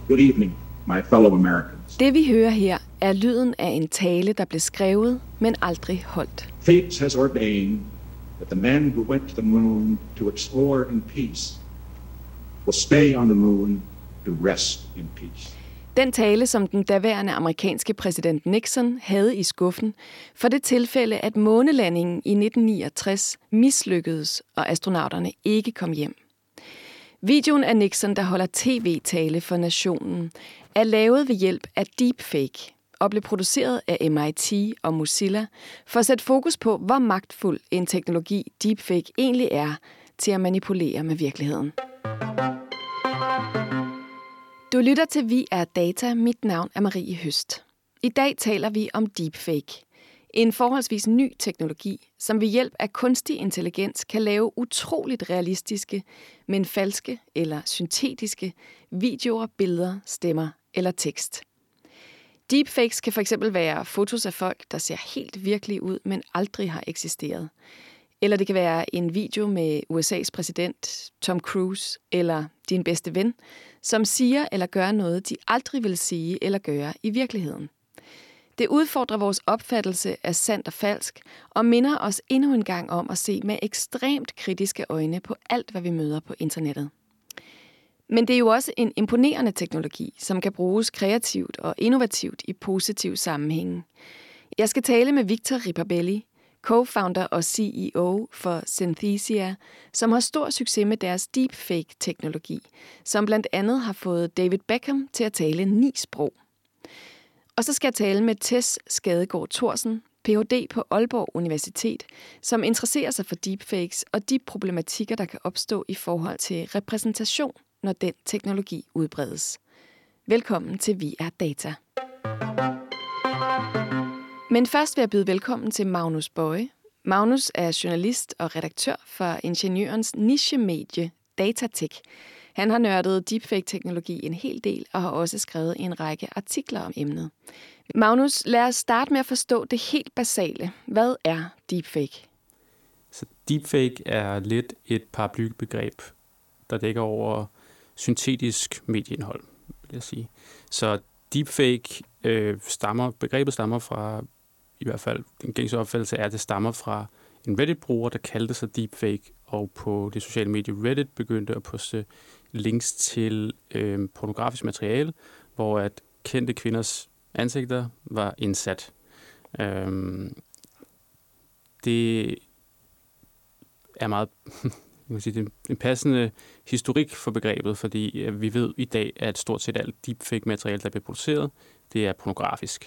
Good evening, my fellow Americans. Det vi hører her er lyden af en tale, der blev skrevet, men aldrig holdt. Fate has ordained that the men who went to the moon to explore in peace will stay on the moon to rest in peace. Den tale, som den daværende amerikanske præsident Nixon havde i skuffen, for det tilfælde, at månelandingen i 1969 mislykkedes, og astronauterne ikke kom hjem. Videoen af Nixon, der holder tv-tale for nationen, er lavet ved hjælp af deepfake og blev produceret af MIT og Mozilla for at sætte fokus på, hvor magtfuld en teknologi deepfake egentlig er til at manipulere med virkeligheden. Du lytter til Vi er Data. Mit navn er Marie Høst. I dag taler vi om deepfake. En forholdsvis ny teknologi, som ved hjælp af kunstig intelligens kan lave utroligt realistiske, men falske eller syntetiske videoer, billeder, stemmer eller tekst. Deepfakes kan fx være fotos af folk, der ser helt virkelige ud, men aldrig har eksisteret. Eller det kan være en video med USA's præsident, Tom Cruise, eller din bedste ven, som siger eller gør noget, de aldrig vil sige eller gøre i virkeligheden. Det udfordrer vores opfattelse af sandt og falsk, og minder os endnu en gang om at se med ekstremt kritiske øjne på alt, hvad vi møder på internettet. Men det er jo også en imponerende teknologi, som kan bruges kreativt og innovativt i positiv sammenhænge. Jeg skal tale med Victor Ripabelli, co-founder og CEO for Synthesia, som har stor succes med deres deepfake-teknologi, som blandt andet har fået David Beckham til at tale 9 sprog. Og så skal jeg tale med Tess Skadegaard Thorsen, Ph.D. på Aalborg Universitet, som interesserer sig for deepfakes og de problematikker, der kan opstå i forhold til repræsentation, når den teknologi udbredes. Velkommen til Vi er Data. Men først vil jeg byde velkommen til Magnus Boye. Magnus er journalist og redaktør for Ingeniørens niche-medie Datatech. Han har nørdet deepfake-teknologi en hel del og har også skrevet en række artikler om emnet. Magnus, lad os starte med at forstå det helt basale. Hvad er deepfake? Så deepfake er lidt et paraplybegreb, der dækker over syntetisk medieindhold, vil jeg sige. Så deepfake begrebet stammer fra, i hvert fald den gængse opfattelse er, at det stammer fra en Reddit-bruger, der kaldte sig deepfake, og på det sociale medie Reddit begyndte at poste links til pornografisk materiale, hvor at kendte kvinders ansigter var indsat. Det er meget det er en passende historik for begrebet, fordi vi ved i dag, at stort set alt deepfake-materiale, der bliver produceret, det er pornografisk.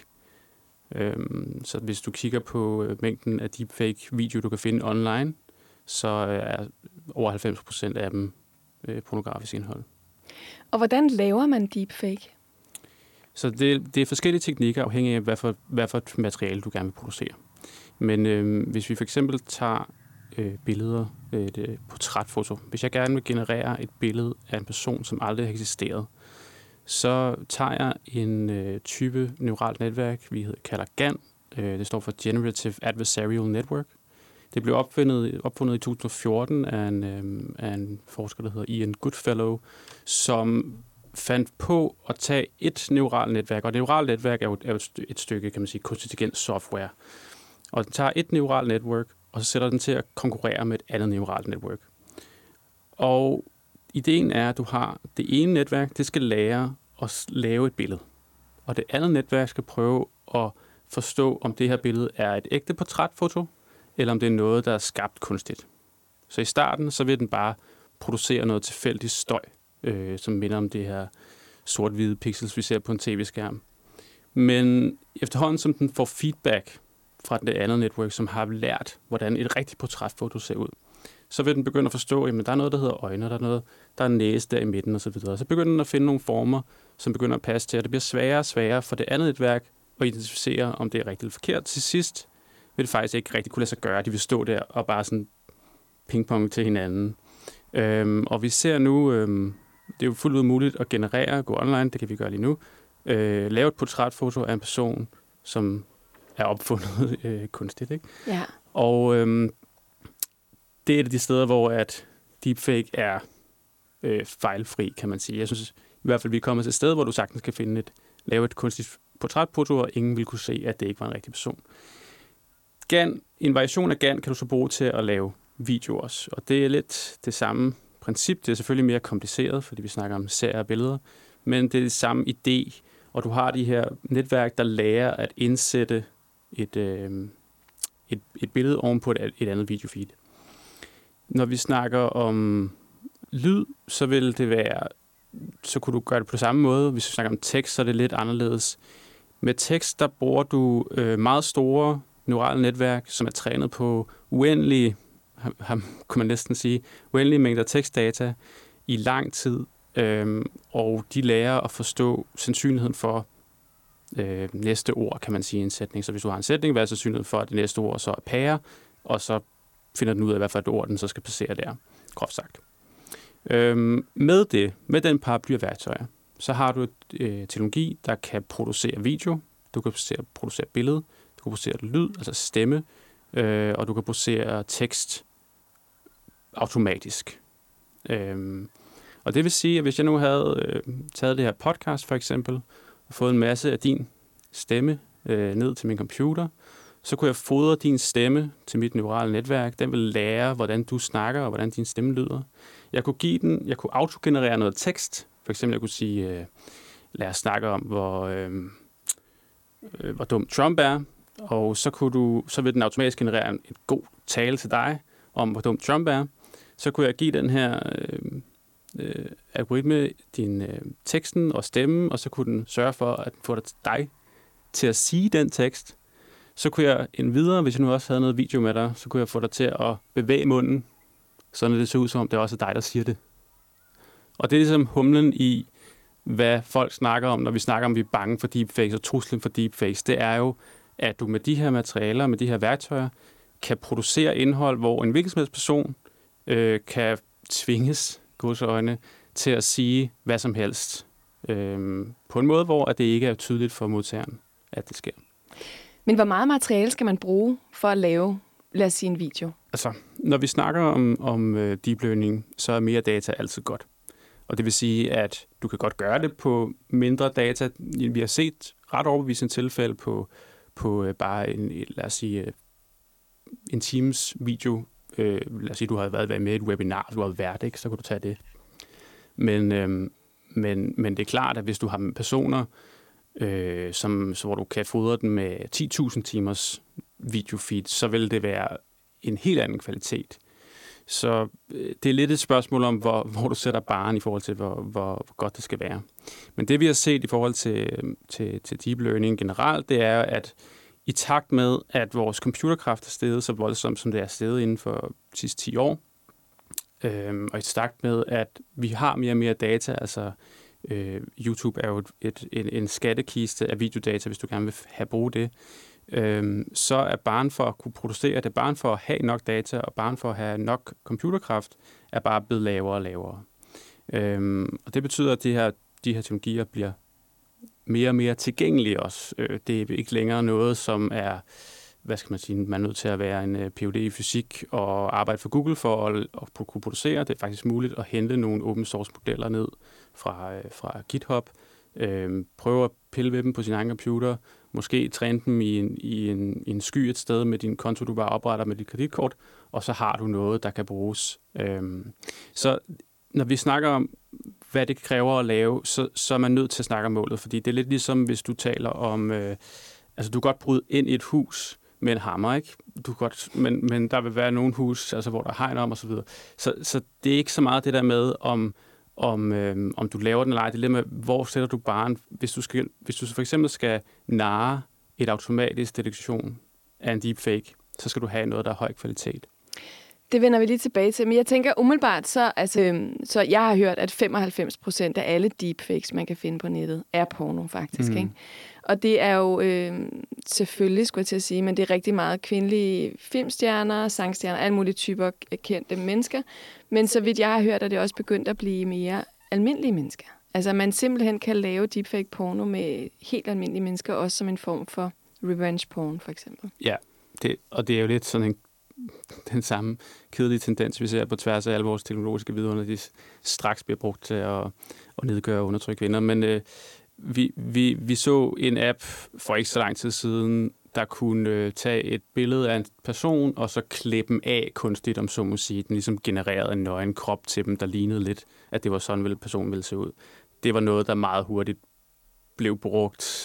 Så hvis du kigger på mængden af deepfake-video, du kan finde online, så er over 90% af dem pornografisk indhold. Og hvordan laver man deepfake? Så det er forskellige teknikker, afhængig af, hvad for et materiale, du gerne vil producere. Men hvis vi for eksempel tager billeder, et portrætfoto. Hvis jeg gerne vil generere et billede af en person, som aldrig har eksisteret, så tager jeg en type neuralt netværk, vi kalder GAN. Det står for Generative Adversarial Network. Det blev opfundet i 2014 af en forsker, der hedder Ian Goodfellow, som fandt på at tage et neuralt netværk. Og et neuralt netværk er jo et stykke, kan man sige, kunstig intelligens software. Og den tager et neuralt netværk, og så sætter den til at konkurrere med et andet neuralt netværk. Og ideen er, at du har det ene netværk, det skal lære at lave et billede. Og det andet netværk skal prøve at forstå, om det her billede er et ægte portrætfoto, eller om det er noget, der er skabt kunstigt. Så i starten, så vil den bare producere noget tilfældigt støj, som minder om det her sort-hvide pixels, vi ser på en tv-skærm. Men efterhånden, som den får feedback fra det andet netværk, som har lært, hvordan et rigtigt portrætfoto ser ud, så vil den begynde at forstå, at der er noget, der hedder øjne, der er næse der i midten osv. Så begynder den at finde nogle former, som begynder at passe til, at det bliver sværere og sværere for det andet netværk at identificere, om det er rigtigt eller forkert. Til sidst vil det faktisk ikke rigtig kunne lade sig gøre. De vil stå der og bare sådan pingpong til hinanden. Og vi ser nu, det er jo fuldt ud muligt at generere, gå online, det kan vi gøre lige nu, lave et portrætfoto af en person, som er opfundet kunstigt, ikke? Ja. Og det er et af de steder, hvor at deepfake er fejlfri, kan man sige. Jeg synes i hvert fald, vi er kommet til et sted, hvor du sagtens kan lave et kunstigt portrætfoto, og ingen vil kunne se, at det ikke var en rigtig person. En variation af GAN kan du så bruge til at lave video også, og det er lidt det samme princip. Det er selvfølgelig mere kompliceret, fordi vi snakker om serier og billeder, men det er det samme idé, og du har de her netværk, der lærer at indsætte et billede ovenpå et andet videofeed. Når vi snakker om lyd, så vil det være, så kunne du gøre det på samme måde. Hvis vi snakker om tekst, så er det lidt anderledes. Med tekst, der bruger du meget store neurale netværk, som er trænet på uendelige mængder tekstdata i lang tid, og de lærer at forstå sandsynligheden for næste ord, kan man sige, i en sætning. Så hvis du har en sætning, hvad er sandsynligheden for, at det næste ord så er pære, og så finder den ud af, hvad for et ord den så skal placere der, groft sagt. Med den paraply af værktøjer, så har du et teknologi, der kan producere video, du kan producere billede, du kan producere lyd, altså stemme, og du kan producere tekst automatisk. Og det vil sige, at hvis jeg nu havde taget det her podcast for eksempel, og fået en masse af din stemme ned til min computer, så kunne jeg fodre din stemme til mit neurale netværk. Den vil lære, hvordan du snakker, og hvordan din stemme lyder. Jeg kunne autogenerere noget tekst. For eksempel, jeg kunne sige, lad os snakke om, hvor dum Trump er. Og så vil den automatisk generere en god tale til dig, om hvor dum Trump er. Så kunne jeg give den her algoritme din teksten og stemmen, og så kunne den sørge for at få dig til at sige den tekst. Så kunne jeg endvidere, hvis jeg nu også havde noget video med dig, så kunne jeg få dig til at bevæge munden, så det ser ud som om, det også er dig, der siger det. Og det er ligesom humlen i, hvad folk snakker om, når vi snakker om, at vi er bange for deepfakes og truslen for deepfakes. Det er jo, at du med de her materialer, med de her værktøjer, kan producere indhold, hvor en hvilken som helst person kan tvinges, godsøjne, til at sige hvad som helst. På en måde, hvor det ikke er tydeligt for modtageren, at det sker. Men hvor meget materiale skal man bruge for at lave, lad os sige, en video? Altså, når vi snakker om deep learning, så er mere data altid godt. Og det vil sige, at du kan godt gøre det på mindre data. Vi har set ret overbevisende tilfælde på bare lad os sige, en times video. Lad os sige, du har været med i et webinar, du har været, ikke? Så kan du tage det. Men det er klart, at hvis du har personer, hvor du kan fodre den med 10.000 timers videofeed, så vil det være en helt anden kvalitet. Så det er lidt et spørgsmål om, hvor du sætter barren i forhold til, hvor godt det skal være. Men det vi har set i forhold til deep learning generelt, det er, at i takt med, at vores computerkraft er steget så voldsomt, som det er steget inden for de sidste 10 år, og i takt med, at vi har mere og mere data, altså YouTube er jo en skattekiste af videodata, hvis du gerne vil bruge det, så er barren for at kunne producere det, barren for at have nok data, og barren for at have nok computerkraft, er bare blevet lavere og lavere. Og det betyder, at de her teknologier bliver mere og mere tilgængelige også. Det er ikke længere noget, som er, hvad skal man sige, man er nødt til at være en Ph.D. i fysik og arbejde for Google for at kunne producere. Det er faktisk muligt at hente nogle open source modeller ned fra GitHub, prøve at pille ved dem på sin egen computer, måske træne dem i en sky et sted med din konto, du bare opretter med dit kreditkort, og så har du noget, der kan bruges. Så når vi snakker om, hvad det kræver at lave, så er man nødt til at snakke om målet, fordi det er lidt ligesom, hvis du taler om, altså du kan godt bryde ind i et hus med en hammer, ikke? Men der vil være nogle hus, altså hvor der er hegn om og så videre. Så det er ikke så meget det der med, om du laver den eller ej. Det er lidt med, hvor sætter du barren. Hvis du for eksempel skal narre et automatisk detektion af en deepfake, så skal du have noget, der er høj kvalitet. Det vender vi lige tilbage til, men jeg tænker umiddelbart, så jeg har hørt, at 95% af alle deepfakes, man kan finde på nettet, er porno faktisk, ikke? Og det er jo selvfølgelig, skulle jeg til at sige, men det er rigtig meget kvindelige filmstjerner, sangstjerner, alle mulige typer kendte mennesker. Men så vidt jeg har hørt, er det også begyndt at blive mere almindelige mennesker. Altså man simpelthen kan lave deepfake porno med helt almindelige mennesker, også som en form for revenge porn, for eksempel. Ja, og det er jo lidt sådan den samme kedelige tendens, vi ser på tværs af alle vores teknologiske vidunder, de straks bliver brugt til at nedgøre og undertrykke kvinder. Men vi så en app for ikke så lang tid siden, der kunne tage et billede af en person, og så klippe dem af kunstigt, om så må sige. Den ligesom genererede en nøgen krop til dem, der lignede lidt, at det var sådan, personen ville se ud. Det var noget, der meget hurtigt blev brugt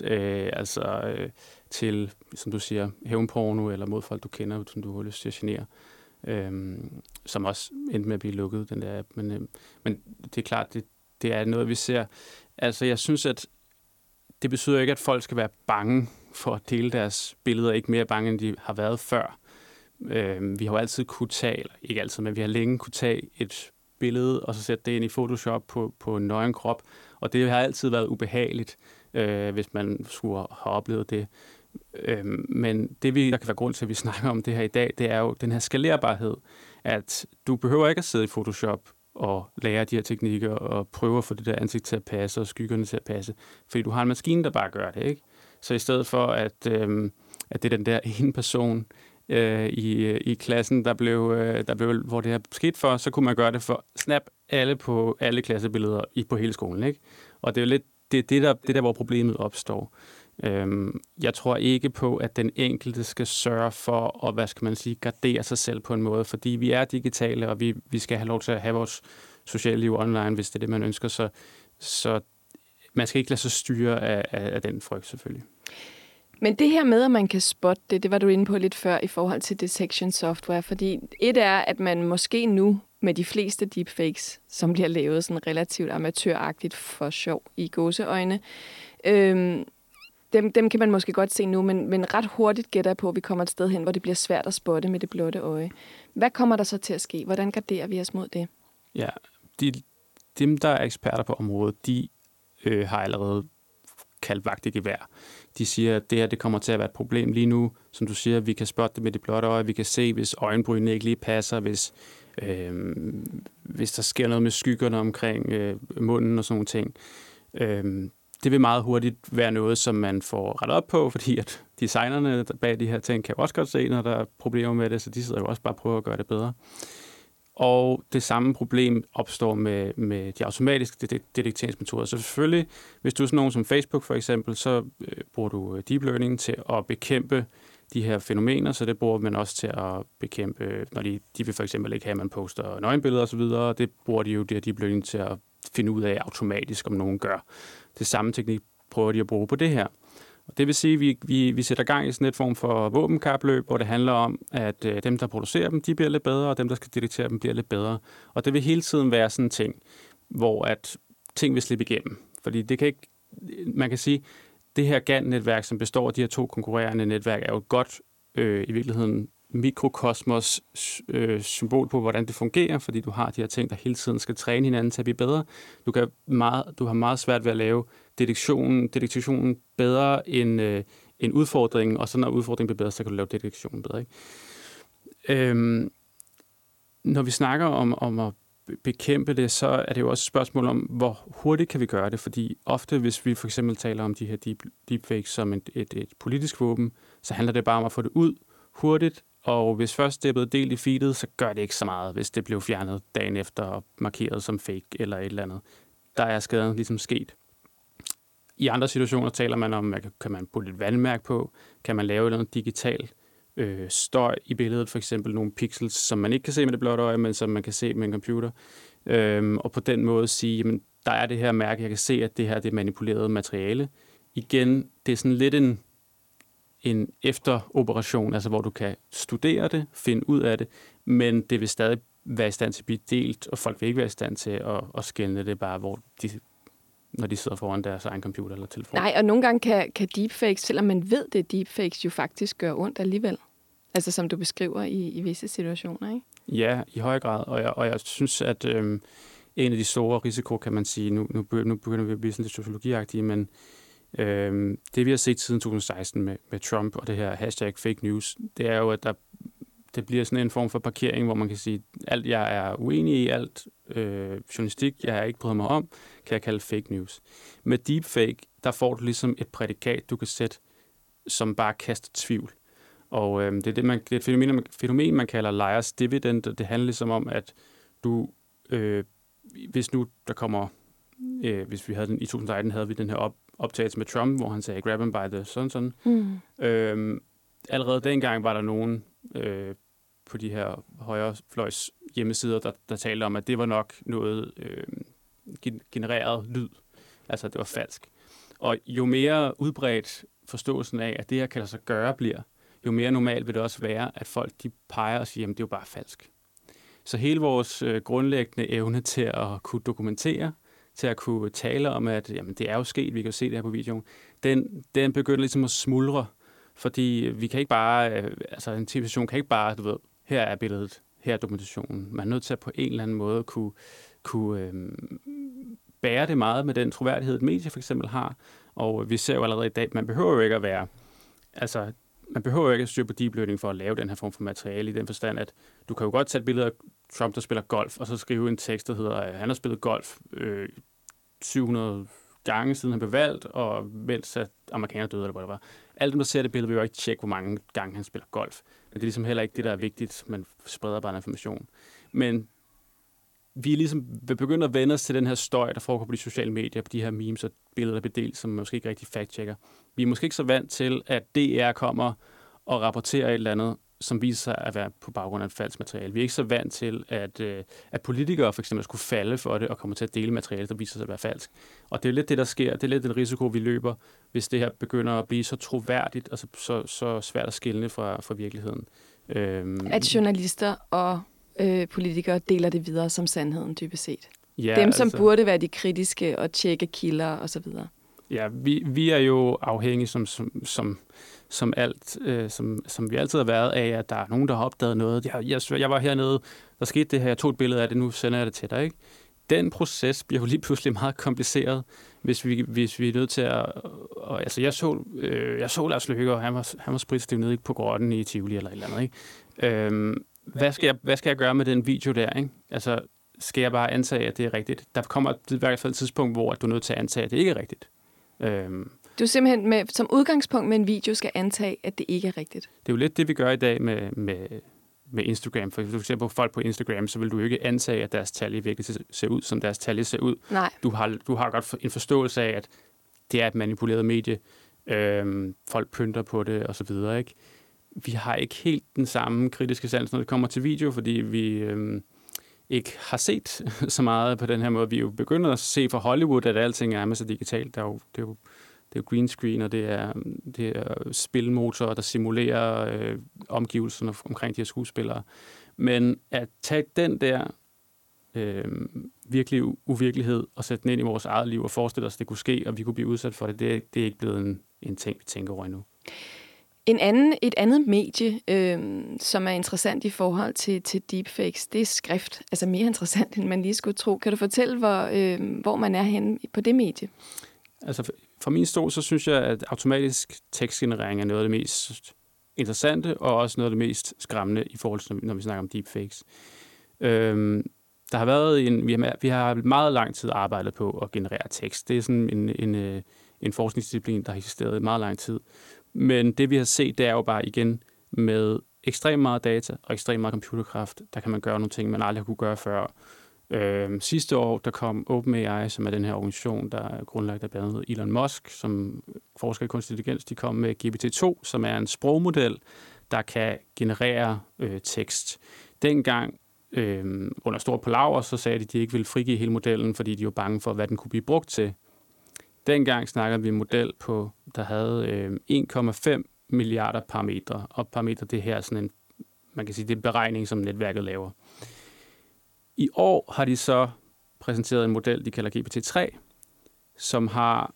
til, som du siger, hævnporno, eller mod folk, du kender, som du har lyst til at genere. Som også endte med at blive lukket, den der app. Men det er klart, det er noget, vi ser. Altså, jeg synes, at det betyder ikke, at folk skal være bange for at dele deres billeder, ikke mere bange, end de har været før. Vi har jo altid kunne tage, eller ikke altid, men vi har længe kunne tage et billede, og så sætte det ind i Photoshop på en nøgen krop, og det har altid været ubehageligt, hvis man skulle have oplevet det. Men der kan være grund til, at vi snakker om det her i dag, det er jo den her skalerbarhed, at du behøver ikke at sidde i Photoshop og lære de her teknikker og prøve at få det der ansigt til at passe og skyggerne til at passe, fordi du har en maskine, der bare gør det, ikke? Så i stedet for, at det er den der ene person i klassen, der blev, hvor det her skete for, så kunne man gøre det for snap alle på alle klassebilleder på hele skolen, ikke? Og det er jo lidt det der, hvor problemet opstår. Jeg tror ikke på, at den enkelte skal sørge for at, hvad skal man sige, gardere sig selv på en måde, fordi vi er digitale, og vi skal have lov til at have vores sociale liv online, hvis det er det, man ønsker. Så man skal ikke lade sig styre af den frygt, selvfølgelig. Men det her med, at man kan spotte det var du inde på lidt før i forhold til detection software, fordi et er, at man måske nu med de fleste deepfakes, som bliver lavet sådan relativt amatøragtigt for sjov i gåseøjne, dem kan man måske godt se nu, men ret hurtigt gætter jeg på, at vi kommer et sted hen, hvor det bliver svært at spotte med det blotte øje. Hvad kommer der så til at ske? Hvordan garderer vi os mod det? Ja, dem, der er eksperter på området, de har allerede kaldt vagt i gevær. De siger, at det her det kommer til at være et problem lige nu. Som du siger, vi kan spotte det med det blotte øje. Vi kan se, hvis øjenbrynene ikke lige passer, hvis der sker noget med skyggerne omkring munden og sådan nogle ting. Det vil meget hurtigt være noget, som man får rettet op på, fordi at designerne bag de her ting kan jo også godt se, når der er problemer med det, så de sidder jo også bare og prøver at gøre det bedre. Og det samme problem opstår med de automatiske detekteringsmetoder. Så selvfølgelig, hvis du er sådan nogen som Facebook for eksempel, så bruger du deep learning til at bekæmpe de her fænomener, så det bruger man også til at bekæmpe, når de vil for eksempel ikke have, at man poster nøgenbilleder osv., og det bruger de jo det her deep learning til at finde ud af automatisk, om nogen gør. Det samme teknik prøver de at bruge på det her. Og det vil sige, at vi sætter gang i sådan et form for våbenkapløb, hvor det handler om, at dem, der producerer dem, de bliver lidt bedre, og dem, der skal detektere dem, bliver lidt bedre. Og det vil hele tiden være sådan en ting, hvor at ting vil slippe igennem. Fordi det kan ikke, man kan sige, det her GAN-netværk, som består af de her to konkurrerende netværk, er jo et godt, i virkeligheden, mikrokosmos symbol på, hvordan det fungerer, fordi du har de her ting, der hele tiden skal træne hinanden til at blive bedre. Du har meget svært ved at lave detektionen bedre end udfordringen, og så når udfordringen bliver bedre, så kan du lave detektionen bedre. Ikke? Når vi snakker om at bekæmpe det, så er det jo også et spørgsmål om, hvor hurtigt kan vi gøre det, fordi ofte, hvis vi for eksempel taler om de her deepfakes som et politisk våben, så handler det bare om at få det ud hurtigt, og hvis først det er blevet delt i feedet, så gør det ikke så meget, hvis det blev fjernet dagen efter og markeret som fake eller et eller andet. Der er skaden ligesom sket. I andre situationer taler man om, kan man putte et vandmærke på, kan man lave noget digital støj i billedet, for eksempel nogle pixels, som man ikke kan se med det blotte øje, men som man kan se med en computer. Og på den måde sige, jamen, der er det her mærke, jeg kan se, at det her det er manipuleret materiale. Igen, det er sådan lidt en efteroperation, altså hvor du kan studere det, finde ud af det, men det vil stadig være i stand til at blive delt, og folk vil ikke være i stand til at skelne det bare, når de sidder foran deres egen computer eller telefon. Nej, og nogle gange kan deepfakes, selvom man ved, det er deepfakes, jo faktisk gøre ondt alligevel. Altså som du beskriver i visse situationer, ikke? Ja, i høj grad, og jeg synes, at en af de store risiko, kan man sige, nu begynder vi at blive sådan lidt sociologiagtige, men det vi har set siden 2016 med Trump og det her hashtag fake news, det er jo, at det bliver sådan en form for parkering, hvor man kan sige, alt jeg er uenig i, alt journalistik, jeg ikke bryder mig om, kan jeg kalde fake news. Med deepfake, der får du ligesom et prædikat, du kan sætte, som bare kaster tvivl. Og det er et fænomen, man kalder liars dividend. Det handler ligesom om, at du, hvis nu der kommer, hvis vi havde den i 2018, havde vi den her optagelse med Trump, hvor han sagde, grab him by the sådan. Allerede dengang var der nogen på de her højrefløjs hjemmesider, der talte om, at det var nok noget genereret lyd. Altså, det var falsk. Og jo mere udbredt forståelsen af, at det her kan lade sig gøre bliver, jo mere normalt vil det også være, at folk de peger og siger, at det er jo bare falsk. Så hele vores grundlæggende evne til at kunne dokumentere, til at kunne tale om, at jamen, det er jo sket, vi kan jo se det her på videoen, den begynder ligesom at smuldre, fordi vi kan ikke bare, en tv-station kan ikke bare, du ved, her er billedet, her er dokumentationen. Man er nødt til at på en eller anden måde kunne bære det meget med den troværdighed, et medie for eksempel har. Og vi ser jo allerede i dag, man behøver jo ikke at styre på deep learning for at lave den her form for materiale, i den forstand, at du kan jo godt tage et billede af Trump, der spiller golf, og så skrive en tekst, der hedder, at han har spillet golf 700 gange, siden han blev valgt, og mens at amerikanere døde, eller hvad det var. Alle dem, der ser det billede, vil jo ikke tjekke, hvor mange gange han spiller golf. Men det er ligesom heller ikke det, der er vigtigt. Man spreder bare en information. Men vi er ligesom begyndt at vende os til den her støj, der foregår på de sociale medier, på de her memes og billeder, der bliver delt, som man måske ikke rigtig fact-checker. Vi er måske ikke så vant til, at DR kommer og rapporterer et eller andet, som viser sig at være på baggrund af et falsk materiale. Vi er ikke så vant til, at politikere for eksempel skulle falde for det og komme til at dele materiale, der viser sig at være falsk. Og det er lidt det, der sker. Det er lidt den risiko, vi løber, hvis det her begynder at blive så troværdigt og så svært at skelne fra virkeligheden. At journalister og politikere deler det videre som sandheden, dybest set. Ja, dem, som burde være de kritiske og tjekke kilder osv. Ja, vi er jo afhængige som vi altid har været af, at der er nogen, der har opdaget noget. Jeg var hernede, der skete det her, jeg tog et billede af det, nu sender jeg det til dig, ikke? Den proces bliver jo lige pludselig meget kompliceret, hvis vi er nødt til at... Altså, jeg så Lars Løkke, og han var spritstiv nede på grotten i Tivoli eller et eller andet, ikke? Hvad skal jeg gøre med den video der, ikke? Altså, skal jeg bare antage, at det er rigtigt? Der kommer i hvert fald et tidspunkt, hvor du er nødt til at antage, at det ikke er rigtigt. Du simpelthen som udgangspunkt med en video skal antage, at det ikke er rigtigt. Det er jo lidt det, vi gør i dag med Instagram. For hvis du ser på folk på Instagram, så vil du ikke antage, at deres tal virkelig ser ud, som deres tal ser ud. Nej. Du har godt en forståelse af, at det er et manipuleret medie. Folk pynter på det, og så videre, ikke? Vi har ikke helt den samme kritiske sans, når det kommer til video, fordi vi ikke har set så meget på den her måde. Vi er jo begyndt at se fra Hollywood, at alting er med så digitalt. Det er jo green screen, og det er spilmotorer, der simulerer omgivelserne omkring de her skuespillere. Men at tage den der virkelig uvirkelighed og sætte den ind i vores eget liv og forestille os, at det kunne ske, og vi kunne blive udsat for det, det er ikke blevet en ting, vi tænker over endnu. Et andet medie, som er interessant i forhold til deepfakes, det er skrift. Altså mere interessant, end man lige skulle tro. Kan du fortælle, hvor man er henne på det medie? Altså fra min stol, så synes jeg, at automatisk tekstgenerering er noget af det mest interessante, og også noget af det mest skræmmende i forhold til, når vi snakker om deepfakes. Der har været vi har meget lang tid arbejdet på at generere tekst. Det er sådan en forskningsdisciplin, der har eksisteret i meget lang tid. Men det, vi har set, det er jo bare igen med ekstremt meget data og ekstremt meget computerkraft, der kan man gøre nogle ting, man aldrig har kunne gøre før. Sidste år, der kom OpenAI, som er den her organisation, der er grundlagt af blandt andet Elon Musk, som forsker i kunstig intelligens. De kom med GPT-2, som er en sprogmodel, der kan generere tekst. Dengang, under stor palaver, så sagde de ikke ville frigive hele modellen, fordi de var bange for, hvad den kunne blive brugt til. Dengang snakkede vi en model der havde 1,5 milliarder parametre. Og parametre, det her sådan man kan sige, det er en beregning, som netværket laver. I år har de så præsenteret en model, de kalder GPT-3, som har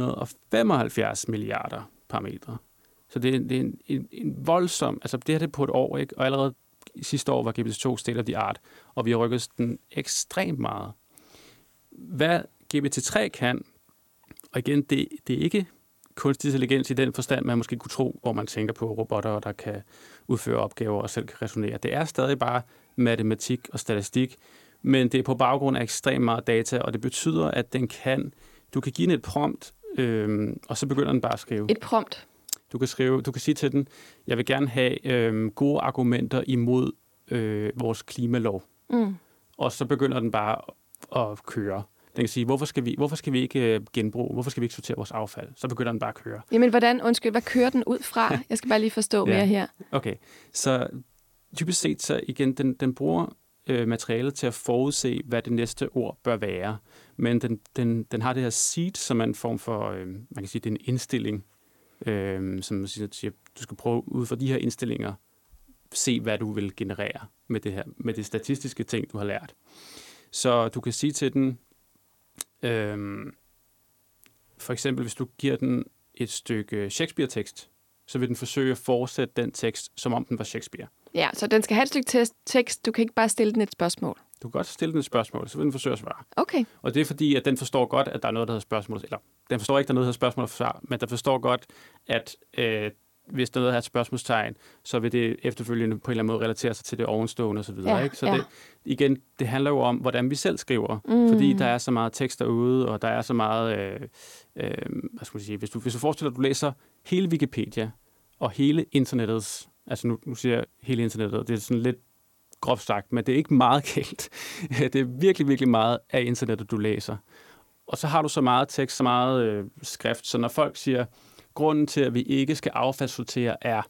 175 milliarder parametre. Så det er en voldsom... Altså det her det er på et år, ikke? Og allerede sidste år var GPT-2 state of the art, og vi har rykket den ekstremt meget. Hvad GPT-3 kan, og igen, det er ikke kunstig intelligens i den forstand, man måske kunne tro, hvor man tænker på robotter, der kan udføre opgaver og selv kan resonere. Det er stadig bare matematik og statistik, men det er på baggrund af ekstremt meget data, og det betyder, at du kan give den et prompt, og så begynder den bare at skrive. Et prompt? Du kan sige til den, jeg vil gerne have gode argumenter imod vores klimalov. Og så begynder den bare at køre. Den kan sige, hvorfor skal vi ikke genbruge? Hvorfor skal vi ikke sortere vores affald? Så begynder den bare at køre. Jamen, hvad kører den ud fra? Jeg skal bare lige forstå mere her. Okay, så typisk set, så igen, den bruger materialet til at forudse, hvad det næste ord bør være. Men den har det her seed, som er en form for, man kan sige, det er en indstilling, som man siger, du skal prøve ud fra de her indstillinger, se, hvad du vil generere med det statistiske ting, du har lært. Så du kan sige til den, for eksempel, hvis du giver den et stykke Shakespeare-tekst, så vil den forsøge at fortsætte den tekst, som om den var Shakespeare. Ja, så den skal have et stykke tekst. Du kan ikke bare stille den et spørgsmål. Du kan godt stille den et spørgsmål, så vil den forsøge at svare. Okay. Og det er fordi, at den forstår godt, at der er noget, der hedder spørgsmål. Eller, den forstår ikke, at der er noget, der hedder spørgsmål og svar, men der forstår godt, at hvis der er noget, der har et spørgsmålstegn, så vil det efterfølgende på en eller anden måde relatere sig til det ovenstående osv. Ja, ikke? Så det handler jo om, hvordan vi selv skriver. Fordi der er så meget tekst derude, og der er så meget, hvad skal man sige, hvis du forestiller, at du læser hele Wikipedia og hele internettets, altså nu siger jeg hele internettet, det er sådan lidt groft sagt, men det er ikke meget galt. Det er virkelig, virkelig meget af internettet, du læser. Og så har du så meget tekst, så meget skrift, så når folk siger, grunden til, at vi ikke skal affaldssortere er,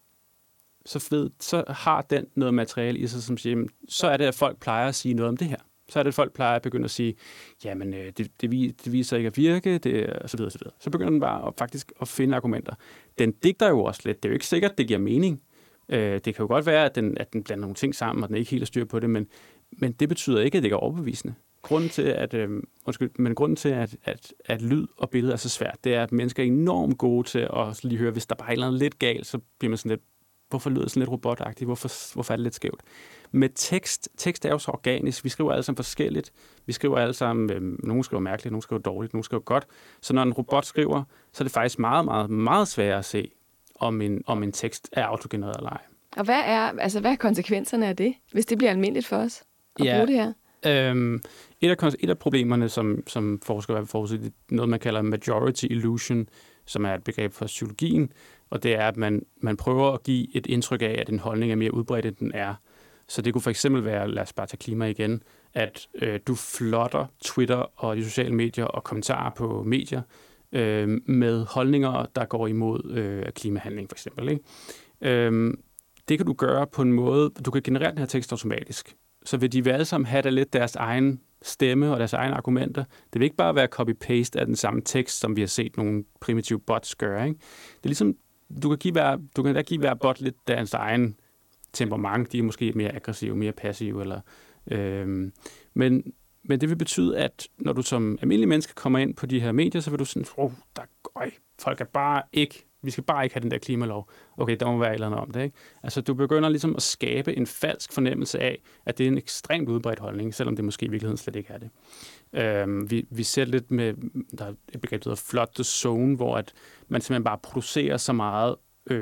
så har den noget materiale i sig, som siger, så er det, at folk plejer at sige noget om det her. Så er det, at folk plejer at begynde at sige, jamen, det viser ikke at virke, og så videre, så videre. Så begynder den bare faktisk at finde argumenter. Den digter jo også lidt. Det er jo ikke sikkert, det giver mening. Det kan jo godt være, at den blander nogle ting sammen, og den ikke helt er styr på det, men det betyder ikke, at det er overbevisende. Grunden til, at lyd og billede er så svært, det er, at mennesker er enormt gode til at lige høre, hvis der bare er et eller andet lidt galt, så bliver man sådan lidt, hvorfor lyder det sådan lidt robotagtigt? Hvorfor er det lidt skævt? Med tekst er jo så organisk. Vi skriver alle sammen forskelligt. Vi skriver alle sammen, nogen skriver mærkeligt, nogen skriver dårligt, nogen skriver godt. Så når en robot skriver, så er det faktisk meget, meget, meget sværere at se, om en tekst er autogenereret eller ej. Og hvad er konsekvenserne af det, hvis det bliver almindeligt for os at bruge det her? Et af problemerne, som forskere har forudset, det er noget, man kalder majority illusion, som er et begreb for psykologien, og det er, at man prøver at give et indtryk af, at en holdning er mere udbredt, end den er. Så det kunne for eksempel være, lad os bare tage klima igen, at du flotter Twitter og de sociale medier og kommentarer på medier med holdninger, der går imod klimahandling for eksempel. Ikke? Det kan du gøre på en måde, du kan generere den her tekst automatisk. Så vil de alle sammen have lidt deres egen stemme og deres egne argumenter. Det vil ikke bare være copy-paste af den samme tekst, som vi har set nogle primitive bots gøre. Ikke? Det er ligesom, du kan da give hver bot lidt deres egen temperament. De er måske mere aggressive, mere passive. Eller, men det vil betyde, at når du som almindelig menneske kommer ind på de her medier, så vil du sådan, folk er bare ikke, vi skal bare ikke have den der klimalov. Okay, der må være et eller andet om det, ikke? Altså, du begynder ligesom at skabe en falsk fornemmelse af, at det er en ekstremt udbredt holdning, selvom det måske i virkeligheden slet ikke er det. Vi ser lidt med, der er et begreb, der hedder flood the zone, hvor at man simpelthen bare producerer så meget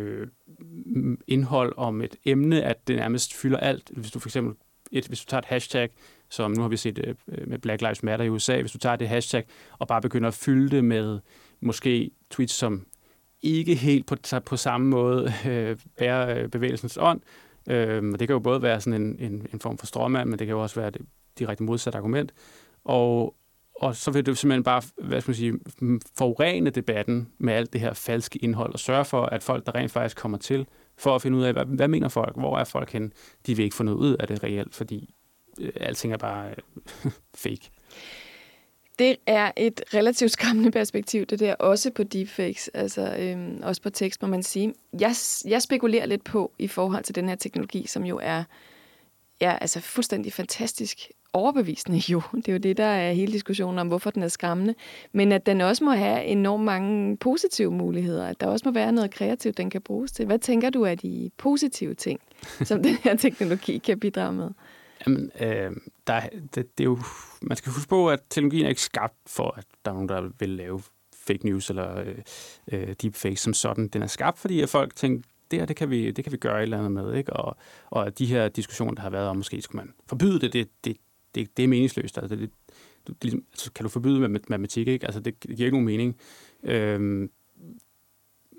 indhold om et emne, at det nærmest fylder alt. Hvis du for eksempel, hvis du tager et hashtag, som nu har vi set med Black Lives Matter i USA, hvis du tager det hashtag og bare begynder at fylde det med måske tweets, som ikke helt på samme måde bærer bevægelsens ånd. Og det kan jo både være sådan en form for stråmand, men det kan jo også være det direkte modsatte argument. Og så vil det simpelthen bare, forurene debatten med alt det her falske indhold, og sørge for, at folk, der rent faktisk kommer til, for at finde ud af, hvad mener folk, hvor er folk hen, de vil ikke få noget ud af det reelt, fordi alting er bare fake. Det er et relativt skræmmende perspektiv, det der, også på deepfakes, altså også på tekst, må man sige. Jeg spekulerer lidt på, i forhold til den her teknologi, som jo er altså fuldstændig fantastisk overbevisende jo. Det er jo det, der er hele diskussionen om, hvorfor den er skræmmende. Men at den også må have enormt mange positive muligheder. At der også må være noget kreativt, den kan bruges til. Hvad tænker du af de positive ting, som den her teknologi kan bidrage med? Jamen, det er jo, man skal huske på, at teknologien er ikke skabt for, at der er nogen, der vil lave fake news eller deepfakes som sådan. Den er skabt, fordi at folk tænker, det kan vi gøre et eller andet med, ikke? Og de her diskussioner, der har været om, måske skulle man forbyde det er meningsløst. Altså, kan du forbyde matematik, ikke? Altså, det giver ikke nogen mening.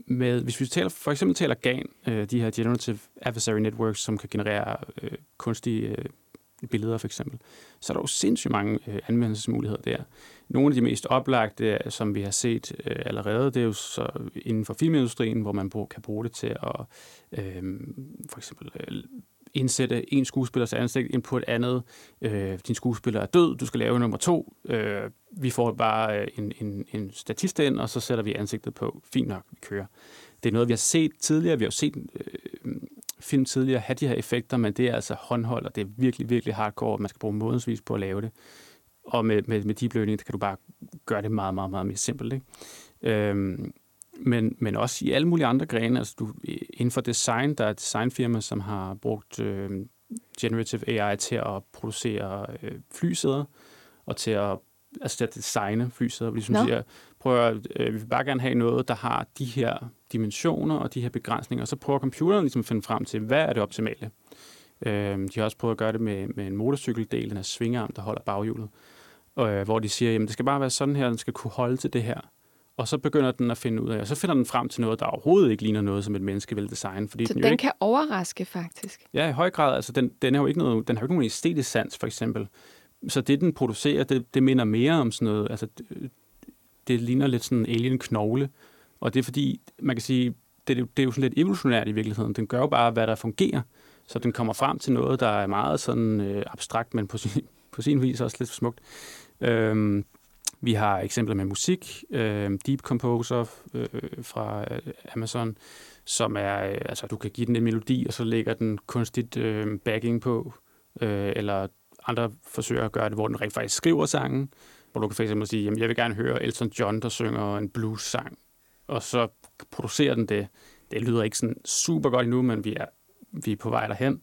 hvis vi for eksempel taler GAN, de her Generative Adversary Networks, som kan generere kunstige billeder for eksempel, så er der jo sindssygt mange anvendelsesmuligheder der. Nogle af de mest oplagte, som vi har set allerede, det er jo så inden for filmindustrien, hvor man kan bruge det til at for eksempel indsætte en skuespillers ansigt ind på et andet. Din skuespiller er død, du skal lave nummer 2. Vi får bare en statist ind, og så sætter vi ansigtet på. Fint nok, vi kører. Det er noget, vi har set tidligere. Vi har jo set film tidligere have de her effekter, men det er altså håndhold, og det er virkelig, virkelig hardcore, og man skal bruge månedsvis på at lave det. Og med deep learning, kan du bare gøre det meget, meget, meget mere simpelt, ikke? Men også i alle mulige andre grene. Altså inden for design, der er et designfirma, som har brugt generative AI til at producere flysæder, og til at designe flysæder. Ligesom siger, vi vil bare gerne have noget, der har de her dimensioner og de her begrænsninger, og så prøver computeren ligesom at finde frem til, hvad er det optimale. De har også prøvet at gøre det med en motorcykeldel, den her svingarm, der holder baghjulet, hvor de siger, jamen det skal bare være sådan her, den skal kunne holde til det her. Og så begynder den at finde ud af, og så finder den frem til noget, der overhovedet ikke ligner noget, som et menneske vil designe. Fordi så den kan overraske, faktisk? Ja, i høj grad. Altså, den har jo ikke nogen æstetisk sans, for eksempel. Så det, den producerer, det minder mere om sådan noget. Altså, det ligner lidt sådan en alien-knogle. Og det er fordi, man kan sige, det er jo sådan lidt evolutionært i virkeligheden. Den gør jo bare, hvad der fungerer. Så den kommer frem til noget, der er meget sådan abstrakt, men på sin vis også lidt smukt. Vi har eksempler med musik, Deep Composer fra Amazon, som er, altså du kan give den en melodi, og så lægger den kunstigt backing på, eller andre forsøger at gøre det, hvor den rent faktisk skriver sangen, hvor du kan for eksempel sige, jamen jeg vil gerne høre Elton John, der synger en blues-sang, og så producerer den det. Det lyder ikke sådan super godt endnu, men vi er på vej derhen.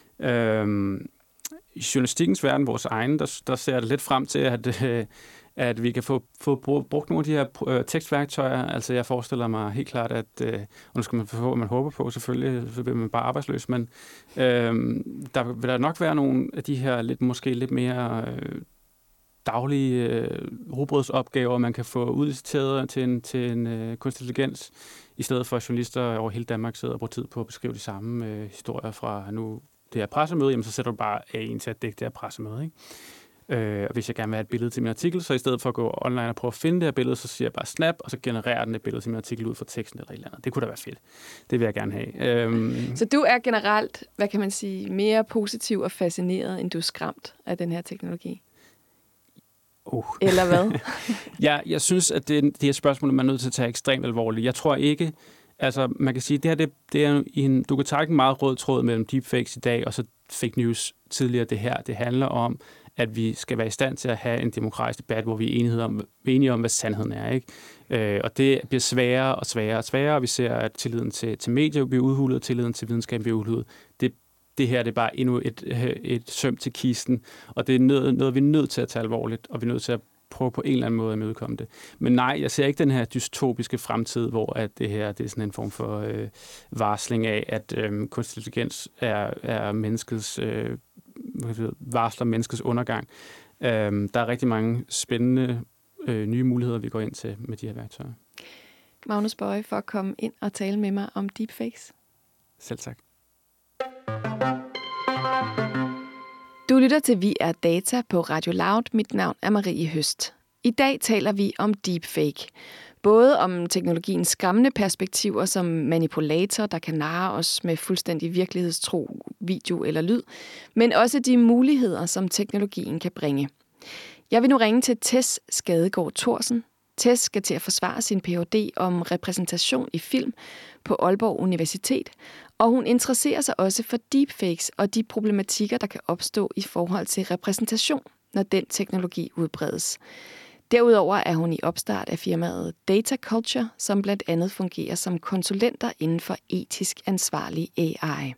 I journalistikkens verden, vores egen, der ser det lidt frem til, at vi kan få brugt nogle af de her tekstværktøjer. Altså jeg forestiller mig helt klart, at og nu skal man få, hvad man håber på, selvfølgelig, så bliver man bare arbejdsløs, men der vil der nok være nogle af de her måske lidt mere daglige rugbrødsopgaver, man kan få udliciteret til en kunstig intelligens, i stedet for at journalister over hele Danmark sidder og bruger tid på at beskrive de samme historier fra nu det her pressemøde, jamen så sætter du bare en til at dække det her pressemøde, ikke? Og hvis jeg gerne vil have et billede til min artikel, så i stedet for at gå online og prøve at finde det her billede, så siger jeg bare snap, og så genererer den et billede til min artikel ud fra teksten eller et eller andet. Det kunne da være fedt. Det vil jeg gerne have. Så du er generelt, hvad kan man sige, mere positiv og fascineret, end du er skræmt af den her teknologi? Eller hvad? Ja, jeg synes, at det her spørgsmål, man er nødt til at tage ekstremt alvorligt. Jeg tror ikke, altså man kan sige, det er du kan trække en meget rød tråd mellem deepfakes i dag, og så fake news tidligere det her. Det handler om, at vi skal være i stand til at have en demokratisk debat, hvor vi er enige om, hvad sandheden er, ikke? Og det bliver sværere og sværere og sværere, og vi ser, at tilliden til medier bliver udhulet, og tilliden til videnskab bliver udhulet. Det her det er bare endnu et søm til kisten, og det er noget, vi er nødt til at tage alvorligt, og vi er nødt til at prøve på en eller anden måde at imødekomme det. Men nej, jeg ser ikke den her dystopiske fremtid, hvor at det her det er sådan en form for varsling af, at kunstig intelligens er menneskets varsler menneskets undergang. Der er rigtig mange spændende nye muligheder, vi går ind til med de her værktøjer. Magnus Boye, for at komme ind og tale med mig om deepfakes. Selv tak. Du lytter til Vi er Data på Radio Loud. Mit navn er Marie Høst. I dag taler vi om deepfake. Både om teknologiens skræmmende perspektiver som manipulator, der kan narre os med fuldstændig virkelighedstro video eller lyd, men også de muligheder, som teknologien kan bringe. Jeg vil nu ringe til Tess Skadegaard Thorsen. Tess skal til at forsvare sin Ph.D. om repræsentation i film på Aalborg Universitet, og hun interesserer sig også for deepfakes og de problematikker, der kan opstå i forhold til repræsentation, når den teknologi udbredes. Derudover er hun i opstart af firmaet Data Culture, som blandt andet fungerer som konsulenter inden for etisk ansvarlig AI.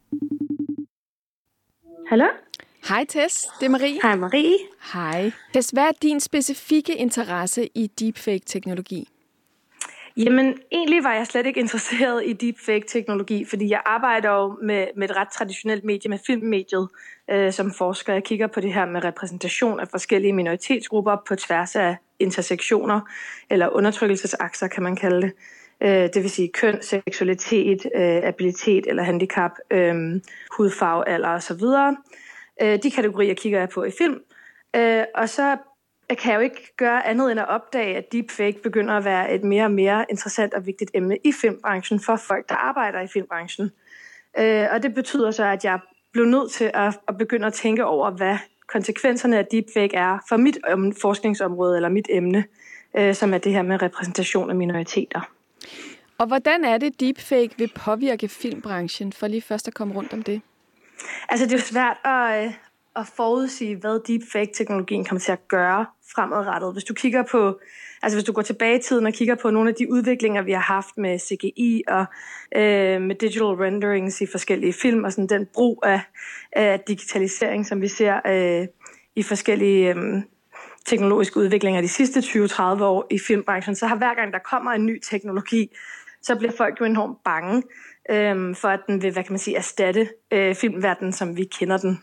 Hallo? Hej Tess, det er Marie. Hej Marie. Hej. Tess, hvad er din specifikke interesse i deepfake-teknologi? Jamen, egentlig var jeg slet ikke interesseret i deepfake-teknologi, fordi jeg arbejder jo med et ret traditionelt medie, med filmmediet, som forsker. Jeg kigger på det her med repræsentation af forskellige minoritetsgrupper på tværs af intersektioner, eller undertrykkelsesakser, kan man kalde det. Det vil sige køn, seksualitet, abilitet eller handicap, hudfarve, alder osv. De kategorier kigger jeg på i film. Og så kan jeg jo ikke gøre andet end at opdage, at deepfake begynder at være et mere og mere interessant og vigtigt emne i filmbranchen for folk, der arbejder i filmbranchen. Og det betyder så, at jeg blev nødt til at begynde at tænke over, hvad konsekvenserne af deepfake er for mit forskningsområde eller mit emne, som er det her med repræsentation af minoriteter. Og hvordan er det, deepfake vil påvirke filmbranchen, for lige først at komme rundt om det? Altså, det er jo svært at forudsige, hvad deepfake-teknologien kommer til at gøre fremadrettet. Hvis du går tilbage i tiden og kigger på nogle af de udviklinger, vi har haft med CGI og med digital renderings i forskellige film, og sådan den brug af digitalisering, som vi ser i forskellige teknologiske udviklinger de sidste 20-30 år i filmbranchen, så har hver gang der kommer en ny teknologi, så bliver folk jo enormt bange for, at den vil, erstatte filmverdenen, som vi kender den.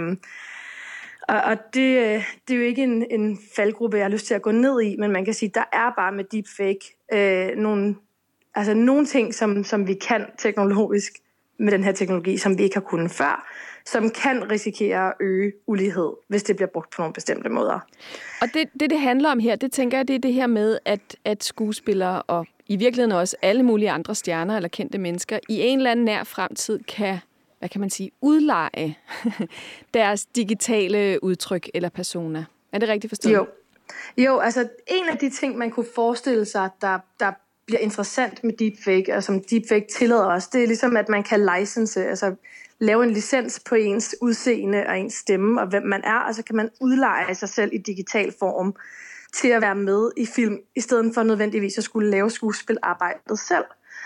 Og det er jo ikke en faldgruppe, jeg har lyst til at gå ned i, men man kan sige, der er bare med deepfake nogle ting, som vi kan teknologisk med den her teknologi, som vi ikke har kunnet før, som kan risikere at øge ulighed, hvis det bliver brugt på nogle bestemte måder. Og det handler om her, det tænker jeg, det er det her med, at skuespillere og i virkeligheden også alle mulige andre stjerner eller kendte mennesker i en eller anden nær fremtid kan, udleje deres digitale udtryk eller persona. Er det rigtigt forstået? Jo, altså en af de ting, man kunne forestille sig, der bliver interessant med deepfake, og som deepfake tillader os, det er ligesom, at man kan license, altså lave en licens på ens udseende og ens stemme, og hvem man er, og så kan man udleje sig selv i digital form til at være med i film, i stedet for nødvendigvis at skulle lave skuespilarbejdet selv.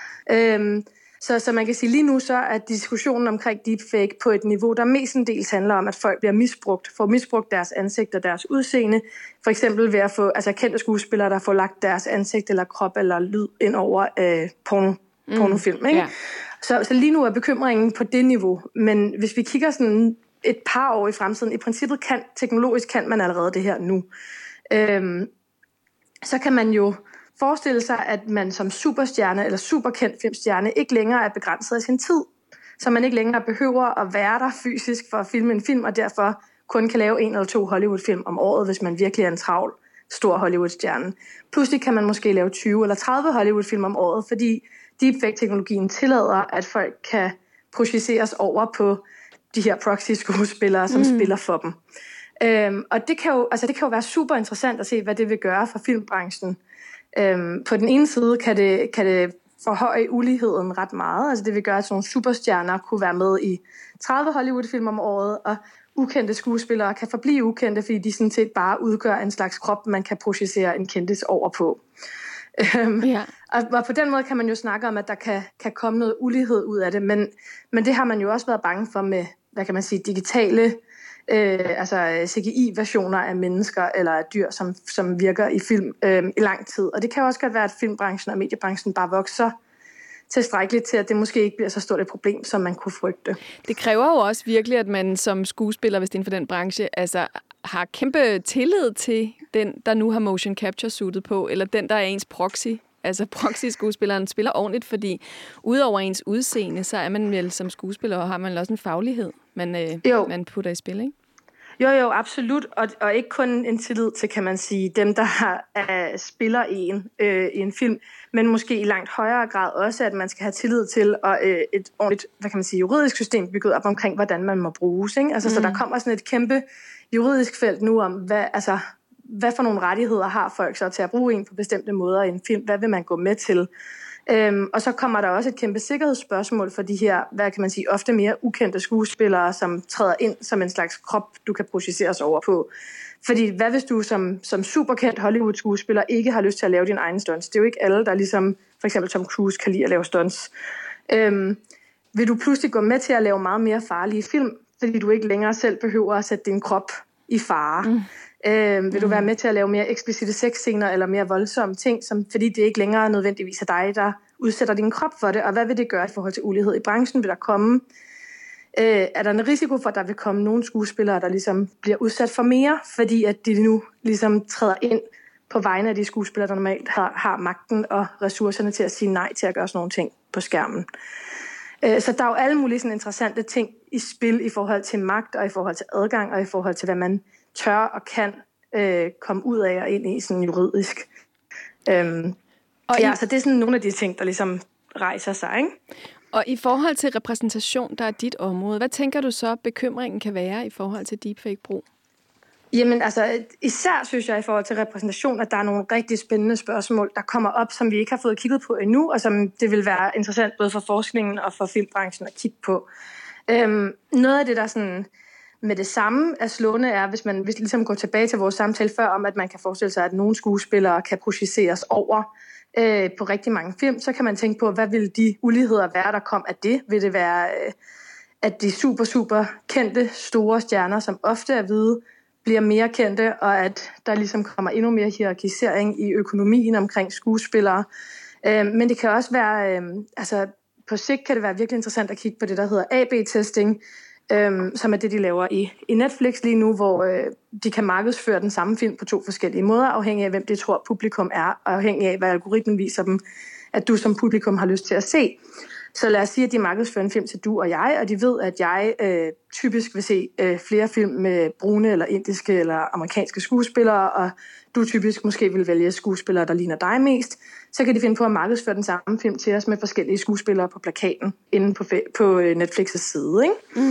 Så man kan sige, lige nu så er diskussionen omkring deepfake på et niveau, der mestendels handler om, at folk bliver får misbrugt deres ansigt og deres udseende. For eksempel ved at få kendte skuespillere, der får lagt deres ansigt eller krop eller lyd ind over pornofilm. Ikke? Ja. Så lige nu er bekymringen på det niveau. Men hvis vi kigger sådan et par år i fremtiden, i princippet teknologisk kan man allerede det her nu. Så kan man jo forestille sig, at man som superstjerne eller superkendt filmstjerne ikke længere er begrænset af sin tid. Så man ikke længere behøver at være der fysisk for at filme en film, og derfor kun kan lave 1 eller 2 Hollywood-film om året, hvis man virkelig er en travl, stor Hollywood-stjerne. Pludselig kan man måske lave 20 eller 30 Hollywood-film om året, fordi deepfake-teknologien tillader, at folk kan projiceres over på de her proxy-skuespillere, som spiller for dem. Og det kan jo være super interessant at se, hvad det vil gøre for filmbranchen. På den ene side kan det forhøje uligheden ret meget. Altså det vil gøre, at sådan nogle superstjerner kunne være med i 30 Hollywood-film om året, og ukendte skuespillere kan forblive ukendte, fordi de sådan set bare udgør en slags krop, man kan projicere en kendis over på. Og på den måde kan man jo snakke om, at der kan komme noget ulighed ud af det, men det har man jo også været bange for med, digitale CGI-versioner af mennesker eller af dyr, som virker i film i lang tid. Og det kan jo også godt være, at filmbranchen og mediebranchen bare vokser tilstrækkeligt til, at det måske ikke bliver så stort et problem, som man kunne frygte. Det kræver jo også virkelig, at man som skuespiller, hvis det er inden for den branche, har kæmpe tillid til den, der nu har motion capture suitet på, eller den, der er ens proxy. Altså proxy-skuespilleren spiller ordentligt, fordi udover ens udseende, så er man vel som skuespiller, og har man også en faglighed, man putter i spil, ikke? Jo, absolut. Og ikke kun en tillid til, kan man sige, dem, der spiller i en film, men måske i langt højere grad også, at man skal have tillid til et ordentligt, juridisk system bygget op omkring, hvordan man må bruges. Ikke? Altså, så der kommer sådan et kæmpe juridisk felt nu om, hvad for nogle rettigheder har folk så til at bruge en på bestemte måder i en film? Hvad vil man gå med til? Og så kommer der også et kæmpe sikkerhedsspørgsmål for de her, ofte mere ukendte skuespillere, som træder ind som en slags krop, du kan projiceres over på. Fordi hvad hvis du som superkendt Hollywood-skuespiller ikke har lyst til at lave din egen stunts? Det er jo ikke alle, der ligesom for eksempel Tom Cruise kan lide at lave stunts. Vil du pludselig gå med til at lave meget mere farlige film, fordi du ikke længere selv behøver at sætte din krop i fare? Vil du være med til at lave mere eksplicite sexscener eller mere voldsomme ting, fordi det ikke længere nødvendigvis er dig, der udsætter din krop for det? Og hvad vil det gøre i forhold til ulighed i branchen? Vil der komme? Er der en risiko for, at der vil komme nogle skuespillere, der ligesom bliver udsat for mere, fordi at de nu ligesom træder ind på vegne af de skuespillere, der normalt har magten og ressourcerne til at sige nej til at gøre sådan nogle ting på skærmen. Så der er jo alle mulige sådan interessante ting i spil i forhold til magt og i forhold til adgang og i forhold til, hvad man tør og kan komme ud af og ind i sådan juridisk. Så det er sådan nogle af de ting, der ligesom rejser sig, ikke? Og i forhold til repræsentation, der er dit område, hvad tænker du så, bekymringen kan være i forhold til deepfake-brug? Jamen altså, især synes jeg i forhold til repræsentation, at der er nogle rigtig spændende spørgsmål, der kommer op, som vi ikke har fået kigget på endnu, og som det vil være interessant både for forskningen og for filmbranchen at kigge på. Noget af det, der sådan med det samme er slående, er, hvis vi ligesom går tilbage til vores samtale før, om at man kan forestille sig, at nogle skuespillere kan projiceres over på rigtig mange film, så kan man tænke på, hvad vil de uligheder være, der kom af det? Vil det være, at de super kendte store stjerner, som ofte er hvide, bliver mere kendte, og at der ligesom kommer endnu mere hierarkisering i økonomien omkring skuespillere. Men det kan også være, på sigt kan det være virkelig interessant at kigge på det, der hedder AB-testing, som er det, de laver i Netflix lige nu, hvor de kan markedsføre den samme film på 2 forskellige måder, afhængig af, hvem de tror, publikum er, og afhængig af, hvad algoritmen viser dem, at du som publikum har lyst til at se. Så lad os sige, at de markedsfører en film til du og jeg, og de ved, at jeg typisk vil se flere film med brune eller indiske eller amerikanske skuespillere, og du typisk måske vil vælge skuespillere, der ligner dig mest. Så kan de finde på at markedsføre den samme film til os med forskellige skuespillere på plakaten inde på Netflix' side,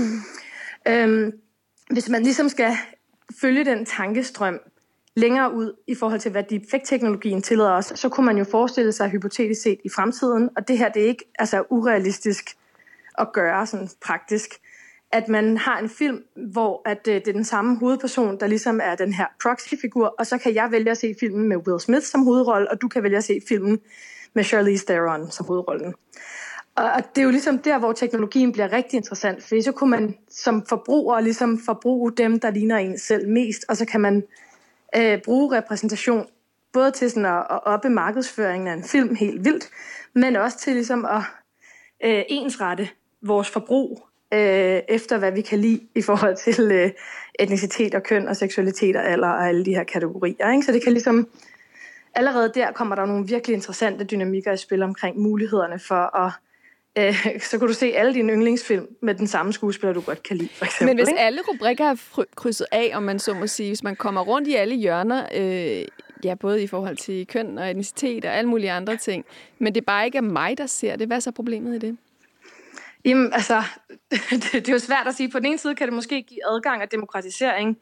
ikke? Hvis man ligesom skal følge den tankestrøm længere ud i forhold til, hvad deepfake-teknologien tillader os, så kunne man jo forestille sig hypotetisk set i fremtiden, og det her det er ikke urealistisk at gøre sådan praktisk, at man har en film, hvor at det er den samme hovedperson, der ligesom er den her proxy-figur, og så kan jeg vælge at se filmen med Will Smith som hovedrolle, og du kan vælge at se filmen med Charlize Theron som hovedrollen. Og det er jo ligesom der, hvor teknologien bliver rigtig interessant, for så kunne man som forbruger ligesom forbruge dem, der ligner en selv mest, og så kan man bruge repræsentation både til sådan at oppe markedsføringen af en film helt vildt, men også til ligesom at ensrette vores forbrug efter hvad vi kan lide i forhold til etnicitet og køn og seksualitet og alder og alle de her kategorier, ikke? Så det kan ligesom allerede der kommer der nogle virkelig interessante dynamikker i spil omkring mulighederne for at så kan du se alle dine yndlingsfilm med den samme skuespiller, du godt kan lide, for eksempel. Men hvis ikke? alle rubrikker er krydset af, om man så må sige, hvis man kommer rundt i alle hjørner, både i forhold til køn og etnicitet og alle mulige andre ting, men det bare ikke er mig, der ser det, hvad er så problemet i det? Jamen, altså, det er jo svært at sige. På den ene side kan det måske give adgang og demokratisering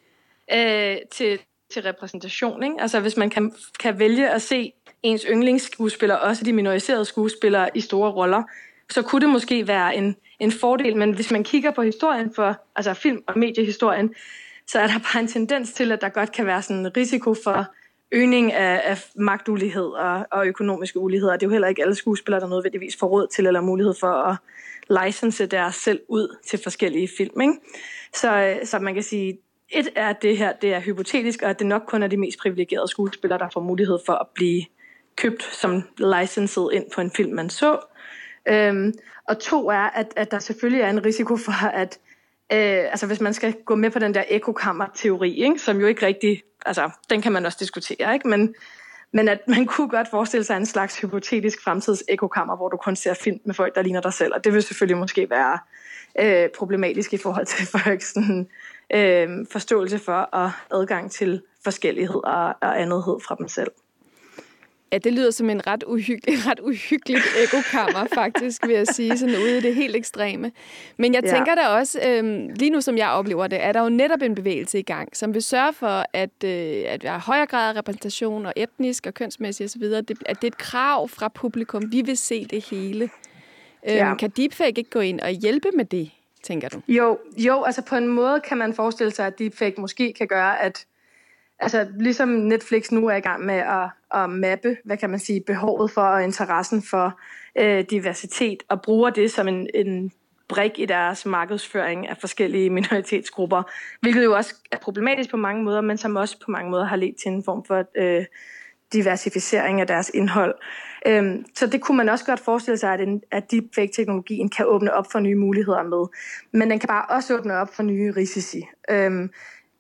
til repræsentation, ikke? Altså, hvis man kan vælge at se ens yndlingsskuespillere, også de minoriserede skuespillere i store roller, så kunne det måske være en fordel. Men hvis man kigger på historien altså film- og mediehistorien, så er der bare en tendens til, at der godt kan være sådan en risiko for øgning af magtulighed og økonomiske uligheder. Det er jo heller ikke alle skuespillere, der nødvendigvis får råd til eller mulighed for at license deres selv ud til forskellige film, ikke? Så man kan sige, et er det her, det er hypotetisk, og at det nok kun er de mest privilegerede skuespillere, der får mulighed for at blive købt som licensed ind på en film, man så. Og 2 er, at der selvfølgelig er en risiko for, at hvis man skal gå med på den der ekokammer-teori, ikke, som jo ikke rigtig, den kan man også diskutere, ikke? Men at man kunne godt forestille sig en slags hypotetisk fremtids ekokammer, hvor du kun ser film med folk, der ligner dig selv, og det vil selvfølgelig måske være problematisk i forhold til folks sådan, forståelse for og adgang til forskellighed og andethed fra dem selv. Ja, det lyder som en ret uhyggeligt ekokammer, faktisk, vil jeg sige, sådan ude i det helt ekstreme. Men jeg tænker da også, lige nu som jeg oplever det, er der jo netop en bevægelse i gang, som vil sørge for, at vi har højere grad af repræsentation og etnisk og kønsmæssig osv., at det er et krav fra publikum, vi vil se det hele. Kan deepfake ikke gå ind og hjælpe med det, tænker du? Jo, altså på en måde kan man forestille sig, at deepfake måske kan gøre, at ligesom Netflix nu er i gang med at mappe, hvad kan man sige, behovet for og interessen for diversitet, og bruger det som en brik i deres markedsføring af forskellige minoritetsgrupper, hvilket jo også er problematisk på mange måder, men som også på mange måder har ledt til en form for diversificering af deres indhold. Så det kunne man også godt forestille sig, at deepfake-teknologien kan åbne op for nye muligheder med, men den kan bare også åbne op for nye risici.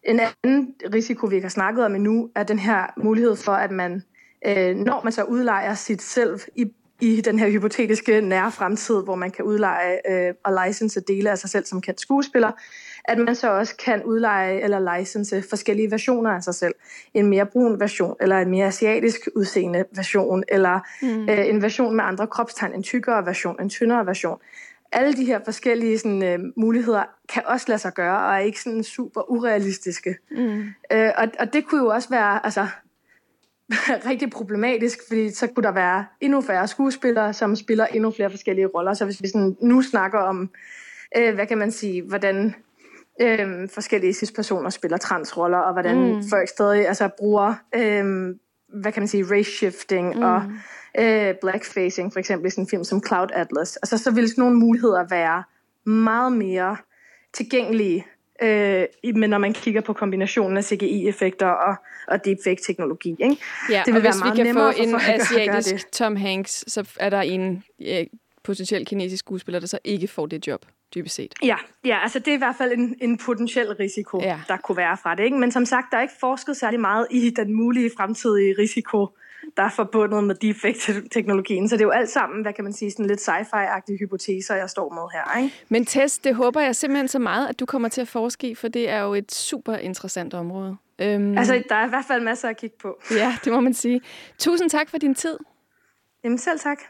En anden risiko, vi ikke har snakket om endnu, er den her mulighed for, at man, når man så udlejer sit selv i den her hypotetiske nære fremtid, hvor man kan udleje og license dele af sig selv som kendt skuespiller, at man så også kan udleje eller license forskellige versioner af sig selv. En mere brun version, eller en mere asiatisk udseende version, eller en version med andre kropstegn, en tykkere version, en tyndere version. Alle de her forskellige sådan, muligheder kan også lade sig gøre, og er ikke sådan super urealistiske. Og det kunne jo også være rigtig problematisk, fordi så kunne der være endnu færre skuespillere, som spiller endnu flere forskellige roller. Så hvis vi sådan nu snakker om, hvad kan man sige, hvordan forskellige cis-personer spiller transroller, og hvordan folk stadig bruger, hvad kan man sige, race shifting og blackfacing, for eksempel i sådan en film som Cloud Atlas. Så vil sådan nogle muligheder være meget mere tilgængelige, men når man kigger på kombinationen af CGI-effekter og deepfake-teknologi. Ikke? Ja, det vil og være hvis meget vi kan nemmere få en for folk at gøre asiatisk det. Tom Hanks, så er der en potentiel kinesisk skuespiller, der så ikke får det job, dybest set. Ja, det er i hvert fald en potentiel risiko, der kunne være fra det. Ikke? Men som sagt, der er ikke forsket særlig meget i den mulige fremtidige risiko, der er forbundet med deepfake-teknologien. Så det er jo alt sammen, hvad kan man sige, sådan lidt sci-fi-agtige hypoteser, jeg står med her. Ikke? Men Tess, det håber jeg simpelthen så meget, at du kommer til at forske i, for det er jo et super interessant område. Der er i hvert fald masser at kigge på. Ja, det må man sige. Tusind tak for din tid. Jamen selv tak.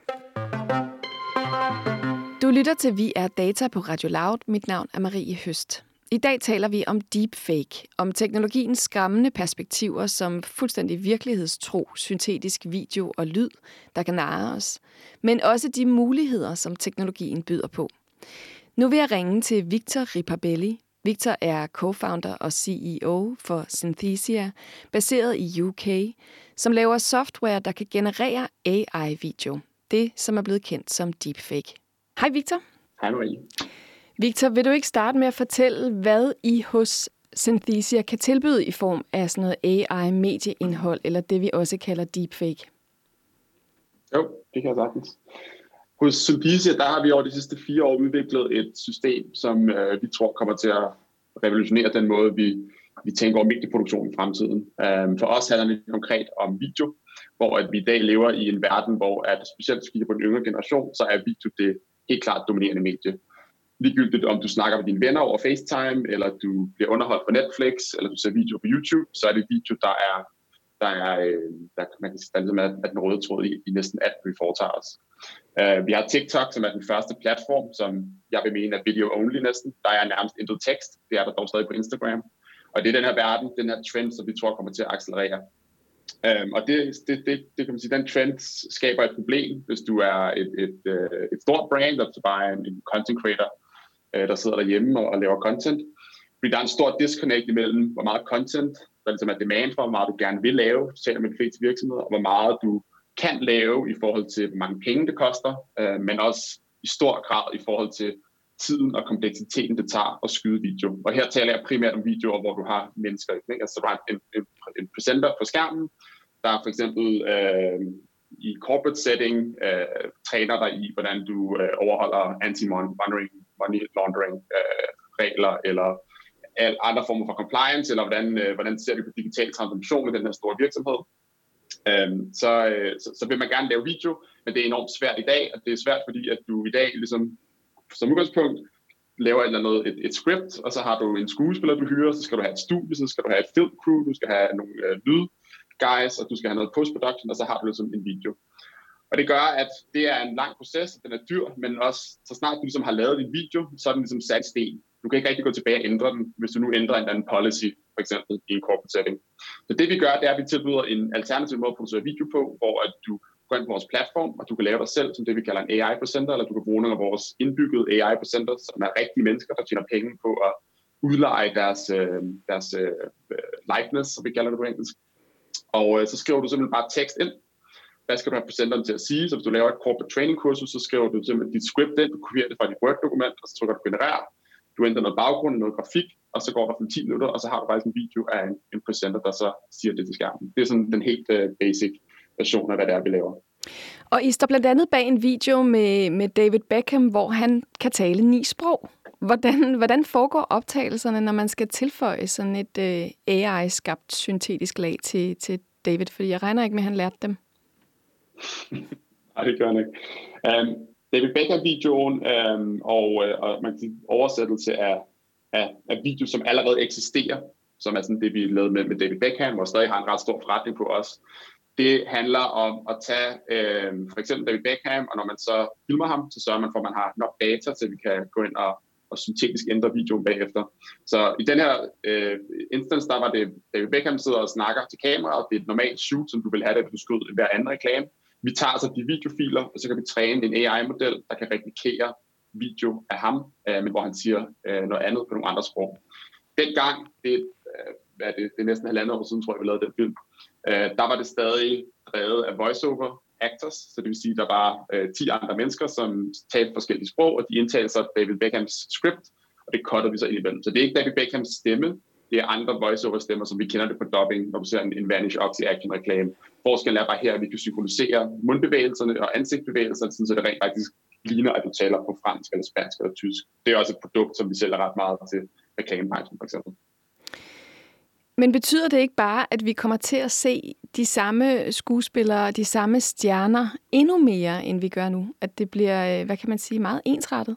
Du lytter til Vi er Data på Radio Loud. Mit navn er Marie Høst. I dag taler vi om deepfake, om teknologiens skræmmende perspektiver som fuldstændig virkelighedstro, syntetisk video og lyd, der kan narre os, men også de muligheder, som teknologien byder på. Nu vil jeg ringe til Victor Riparbelli. Victor er co-founder og CEO for Synthesia, baseret i UK, som laver software, der kan generere AI-video. Det, som er blevet kendt som deepfake. Hej Victor. Hej Marie. Victor, vil du ikke starte med at fortælle, hvad I hos Synthesia kan tilbyde i form af sådan noget AI-medieindhold, eller det vi også kalder deepfake? Jo, det kan jeg sagtens. Hos Synthesia, der har vi over de sidste 4 år udviklet et system, som vi tror kommer til at revolutionere den måde, vi tænker over medieproduktion i fremtiden. For os handler det konkret om video, hvor at vi i dag lever i en verden, hvor at specielt hvis vi kigger på den yngre generation, så er video det helt klart dominerende medie. Ligegyldigt om du snakker med dine venner over FaceTime, eller du bliver underholdt på Netflix, eller du ser video på YouTube, så er det video, der er den røde tråd i næsten alt, vi foretager os. Vi har TikTok, som er den første platform, som jeg vil mene er video only næsten. Der er nærmest intet tekst. Det er der dog stadig på Instagram. Og det er den her verden, den her trend, som vi tror kommer til at accelerere. Og det kan man sige, den trend skaber et problem, hvis du er et stort brand, der bare er en content creator, der sidder derhjemme og laver content. Fordi der er en stor disconnect imellem, hvor meget content, der ligesom er demand for, hvor meget du gerne vil lave, selv med de fleste virksomheder, og hvor meget du kan lave i forhold til, hvor mange penge det koster, men også i stor grad i forhold til tiden og kompleksiteten, det tager at skyde video. Og her taler jeg primært om videoer, hvor du har mennesker, ikke? Altså der er en presenter på skærmen, der er for eksempel i corporate setting træner dig i, hvordan du overholder anti-money laundering regler, eller andre former for compliance, eller hvordan ser vi på digital transformation i den her store virksomhed. Så vil man gerne lave video, men det er enormt svært i dag, og det er svært, fordi at du i dag ligesom som udgangspunkt laver et script, og så har du en skuespiller, du hyrer, så skal du have et studie, så skal du have et filmcrew, du skal have nogle lydguys, og du skal have noget post-production, og så har du ligesom en video. Og det gør, at det er en lang proces, den er dyr, men også så snart du ligesom har lavet din video, så er den ligesom sat i sten. Du kan ikke rigtig gå tilbage og ændre den, hvis du nu ændrer en anden policy, for eksempel i en corporate setting. Så det vi gør, det er, at vi tilbyder en alternativ måde at producere video på, hvor at du går ind på vores platform, og du kan lave dig selv som det, vi kalder en AI-presenter, eller du kan bruge nogle af vores indbyggede AI-presenter, som er rigtige mennesker, der tjener penge på at udleje deres likeness, som vi kalder det på engelsk. Og så skriver du simpelthen bare tekst ind. Hvad skal du have presenteren til at sige? Så hvis du laver et corporate training kursus, så skriver du simpelthen dit script ind, du kopierer det fra dit Word-dokument, og så trykker du generere. Du ændrer noget baggrund, noget grafik, og så går der for 10 minutter, og så har du faktisk en video af en presenter, der så siger det til skærmen. Det er sådan den helt basic version af, hvad det er, vi laver. Og I står blandt andet bag en video med David Beckham, hvor han kan tale 9 sprog. Hvordan foregår optagelserne, når man skal tilføje sådan et AI-skabt syntetisk lag til David? Fordi jeg regner ikke med, at han lærte dem. Nej, det gør han ikke. David Beckham-videoen og man kan sige, oversættelse af video, som allerede eksisterer, som er sådan det, vi lavede med David Beckham, og stadig har en ret stor forretning på os. Det handler om at tage for eksempel David Beckham, og når man så filmer ham, så sørger man for, at man har nok data, så vi kan gå ind og syntetisk ændre videoen bagefter. Så i den her instance, der var det David Beckham sidder og snakker til kameraet. Det er et normalt shoot, som du vil have det, hvis du skød hver anden reklame. Vi tager så de videofiler, og så kan vi træne en AI-model, der kan replikere video af ham, men hvor han siger noget andet på nogle andre sprog. Dengang, det er næsten 1,5 år siden, tror jeg, vi lavede den film, der var det stadig drevet af voiceover actors, så det vil sige, at der var 10 andre mennesker, som talte forskellige sprog, og de indtalte så David Beckhams script, og det cuttede vi så ind imellem. Så det er ikke David Beckhams stemme, det er andre voiceover-stemmer, som vi kender det på dubbing, når du ser en Vanish Oxy Action-reklame. Forskellen er bare her, at vi kan synkronisere mundbevægelserne og ansigtsbevægelserne, så det rent faktisk ligner, at du taler på fransk eller spansk eller tysk. Det er også et produkt, som vi sælger ret meget til reklamebranchen, for eksempel. Men betyder det ikke bare, at vi kommer til at se de samme skuespillere, de samme stjerner endnu mere, end vi gør nu? At det bliver, hvad kan man sige, meget ensrettet?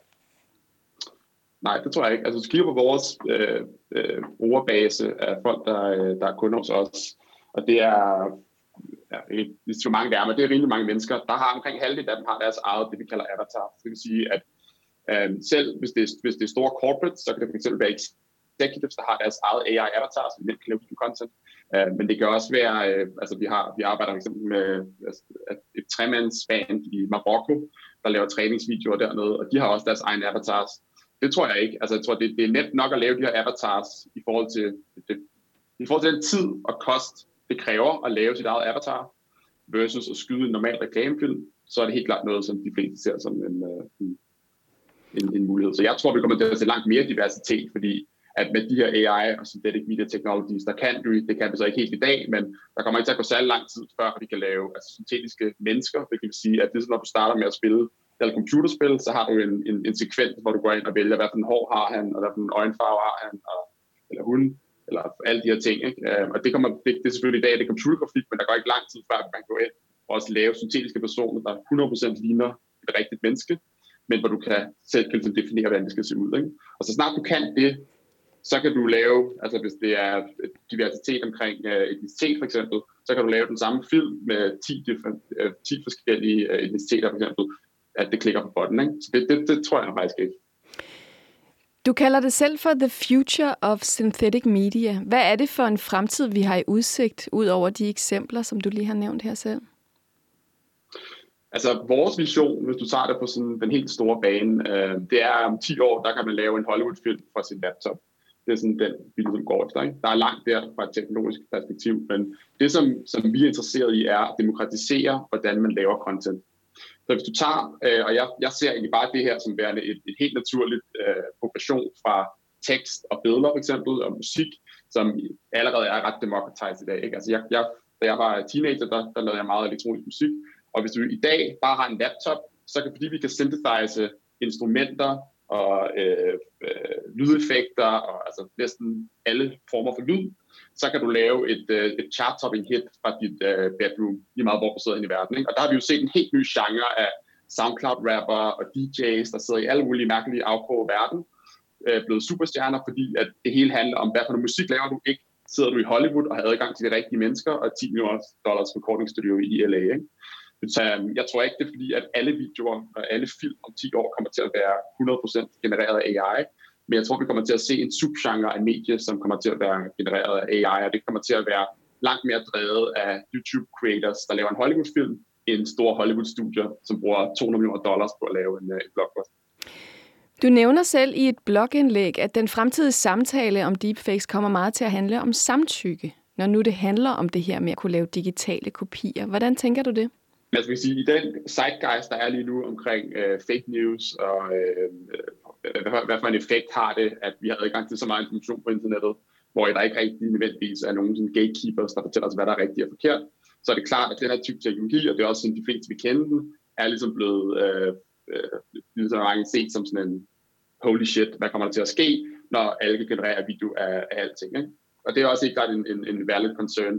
Nej, det tror jeg ikke. Altså, hvis du kigger på vores brugerbase af folk, der er kunder hos os, og det er ikke så mange der, men det er rimelig mange mennesker, der har omkring halvdelen af dem har deres eget, det vi kalder avatar. Det vil sige, at selv hvis det er store corporates, så kan det fx være executives, der har deres eget AI-avatar, så de kan lave content. Men det kan også være, altså vi arbejder for eksempel med et 3-mandsband i Marokko, der laver træningsvideoer dernede, og de har også deres egne avatars. Det tror jeg ikke. Altså jeg tror, det er nemt nok at lave de her avatars i forhold til den tid og kost, det kræver at lave sit eget avatar, versus at skyde en normal reklamefilm, så er det helt klart noget, som de fleste ser som en mulighed. Så jeg tror, vi kommer til at se langt mere diversitet, fordi at med de her AI og synthetic media technologies, det kan vi så ikke helt i dag, men der kommer ikke til at gå særlig lang tid, før vi kan lave syntetiske mennesker. Det kan sige, at det er sådan, når du starter med at spille et computerspil, så har du en sekvens, hvor du går ind og vælger, hvad for en hår har han, og hvad for en øjenfarve har han, eller hun, eller alle de her ting. Ikke? Og det er selvfølgelig i dag, det er computergrafik, men der går ikke lang tid, før man kan gå ind og også lave syntetiske personer, der 100% ligner et rigtigt menneske, men hvor du selv kan definere, hvordan det skal se ud. Ikke? Og så snart du kan det, så kan du lave, altså hvis det er diversitet omkring etnicitet for eksempel, så kan du lave den samme film med 10 forskellige etniciteter for eksempel, at det klikker på botten. Ikke? Så det tror jeg faktisk ikke. Du kalder det selv for the future of synthetic media. Hvad er det for en fremtid, vi har i udsigt, ud over de eksempler, som du lige har nævnt her selv? Altså vores vision, hvis du tager det på sådan den helt store bane, det er om 10 år, der kan man lave en Hollywood-film fra sin laptop. Det er sådan den, vi ligesom går efter. Ikke? Der er langt der fra et teknologisk perspektiv, men det, som vi er interesseret i, er at demokratisere, hvordan man laver content. Så hvis du tager, og jeg ser egentlig bare det her som værende et helt naturligt progression fra tekst og billeder for eksempel, og musik, som allerede er ret democratized i dag. Ikke? Altså da jeg var teenager, der lavede jeg meget elektronisk musik, og hvis du i dag bare har en laptop, så kan, fordi vi kan synthesize instrumenter og lydeffekter og altså næsten alle former for lyd, så kan du lave et chart-topping hit fra dit bedroom, lige meget hvor du sidder inde i verden. Ikke? Og der har vi jo set en helt ny genre af SoundCloud-rapper og DJ's, der sidder i alle mulige mærkelige afkroge verden, blevet superstjerner, fordi at det hele handler om, hvad for noget musik laver du ikke. Sidder du i Hollywood og har adgang til de rigtige mennesker og $10 million recording studio i LA. Ikke? Så jeg tror ikke, det er fordi, at alle videoer og alle film om 10 år kommer til at være 100% genereret af AI. Men jeg tror, vi kommer til at se en subgenre af medier, som kommer til at være genereret af AI, og det kommer til at være langt mere drevet af YouTube-creators, der laver en Hollywood-film, end store Hollywood-studier, som bruger $200 million på at lave en blockbuster. Du nævner selv i et blogindlæg, at den fremtidige samtale om deepfakes kommer meget til at handle om samtykke, når nu det handler om det her med at kunne lave digitale kopier. Hvordan tænker du det? Jeg skal sige, i den zeitgeist, der er lige nu omkring fake news, og hvad for en effekt har det, at vi har adgang til så meget information på internettet, hvor der ikke rigtig nødvendigvis er nogen sådan gatekeepers, der fortæller os, hvad der er rigtigt og forkert, så er det klart, at den her type teknologi, og det er også sådan, de fleste vi kender den, er ligesom blevet ligesom mange set som sådan holy shit, hvad kommer der til at ske, når alle kan generere video af alting, ikke? Og det er også ikke klart en valid concern,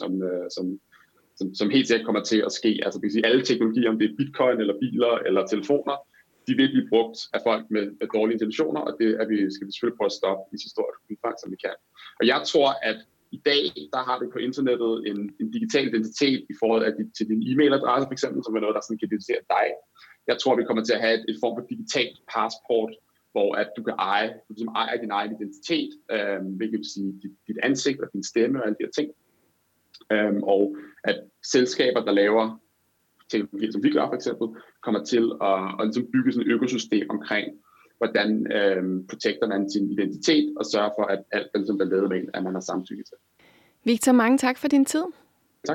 som helt sikkert kommer til at ske. Altså det vil sige, alle teknologier, om det er bitcoin, eller biler, eller telefoner, de vil blive brugt af folk med dårlige intentioner, og det skal vi selvfølgelig prøve at stoppe i så stort omfang, som vi kan. Og jeg tror, at i dag, der har du på internettet en digital identitet i forhold til din e-mailadresse, for eksempel, som er noget, der sådan kan identificere dig. Jeg tror, vi kommer til at have et form for digitalt passport, hvor at du kan ejer din egen identitet, hvilket vil sige dit ansigt og din stemme og alle de her ting. Og at selskaber, der laver teknologi, som vi gør for eksempel, kommer til at ligesom bygge sådan et økosystem omkring, hvordan protecter man sin identitet og sørger for, at alt det, som der lavet med en, at man har samtykke til. Victor, mange tak for din tid. Tak.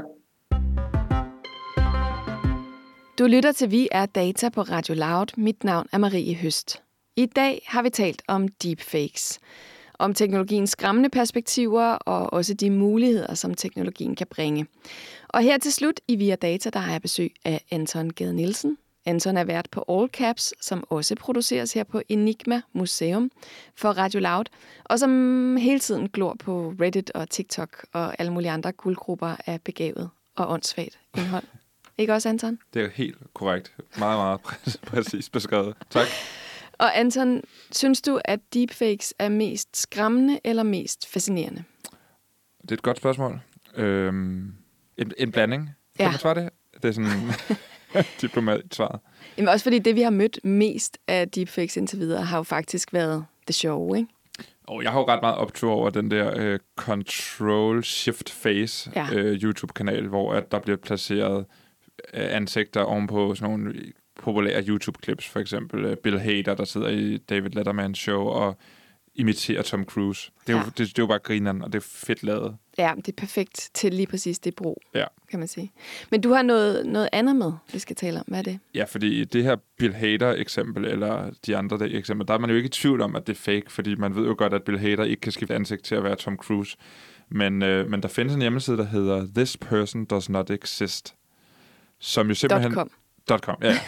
Du lytter til Vi er Data på Radio Loud. Mit navn er Marie Høst. I dag har vi talt om deepfakes. Om teknologiens skræmmende perspektiver og også de muligheder, som teknologien kan bringe. Og her til slut i Via Data, der har jeg besøg af Anton Gade Nielsen. Anton er vært på All Caps, som også produceres her på Enigma Museum for Radio Loud, og som hele tiden glor på Reddit og TikTok og alle mulige andre guldgrupper af begavet og åndssvagt indhold. Ikke også, Anton? Det er helt korrekt. Meget, meget præcis beskrevet. Tak. Og Anton, synes du, at deepfakes er mest skræmmende eller mest fascinerende? Det er et godt spørgsmål. En blanding. Kan man svare det? Det er sådan diplomatisk svaret. Jamen også fordi det, vi har mødt mest af deepfakes indtil videre, har jo faktisk været det sjove, ikke? Og jeg har jo ret meget optur over den der Control Shift Face YouTube-kanal, hvor at der bliver placeret ansigter ovenpå sådan nogle populære YouTube-clips, for eksempel Bill Hader, der sidder i David Lettermans show og imiterer Tom Cruise. Det er jo bare grineren, og det er fedt lavet. Ja, det er perfekt til lige præcis det brug, ja, kan man sige. Men du har noget andet med, vi skal tale om. Hvad er det? Ja, fordi det her Bill Hader-eksempel, eller de andre eksempler, der er man jo ikke i tvivl om, at det er fake, fordi man ved jo godt, at Bill Hader ikke kan skifte ansigt til at være Tom Cruise. Men der findes en hjemmeside, der hedder This Person Does Not Exist, som jo simpelthen... .com, ja.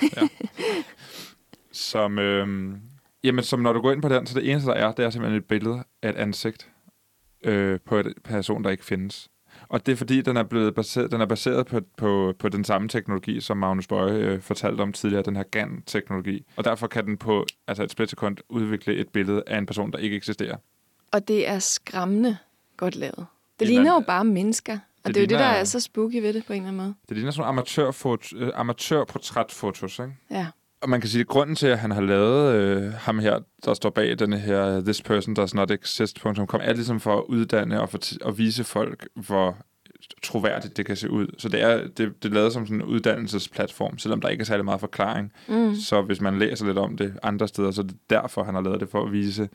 Som når du går ind på den, så det eneste, der er, det er simpelthen et billede af et ansigt på en person, der ikke findes. Og det er fordi, den er baseret på den samme teknologi, som Magnus Boye fortalte om tidligere, den her GAN-teknologi. Og derfor kan den på et splitsekund udvikle et billede af en person, der ikke eksisterer. Og det er skræmmende godt lavet. Det ligner jo bare mennesker. Og det er jo det, der er så spooky ved det på en eller anden måde. Det ligner sådan nogle amatørportrætfotos, ikke? Ja. Og man kan sige, at grunden til, at han har lavet ham her, der står bag denne her This Person Does Not Exist.com, er ligesom for at uddanne og vise folk, hvor troværdigt det kan se ud. Så det er lavet som sådan en uddannelsesplatform, selvom der ikke er særlig meget forklaring. Så hvis man læser lidt om det andre steder, så er det derfor, han har lavet det, for at vise...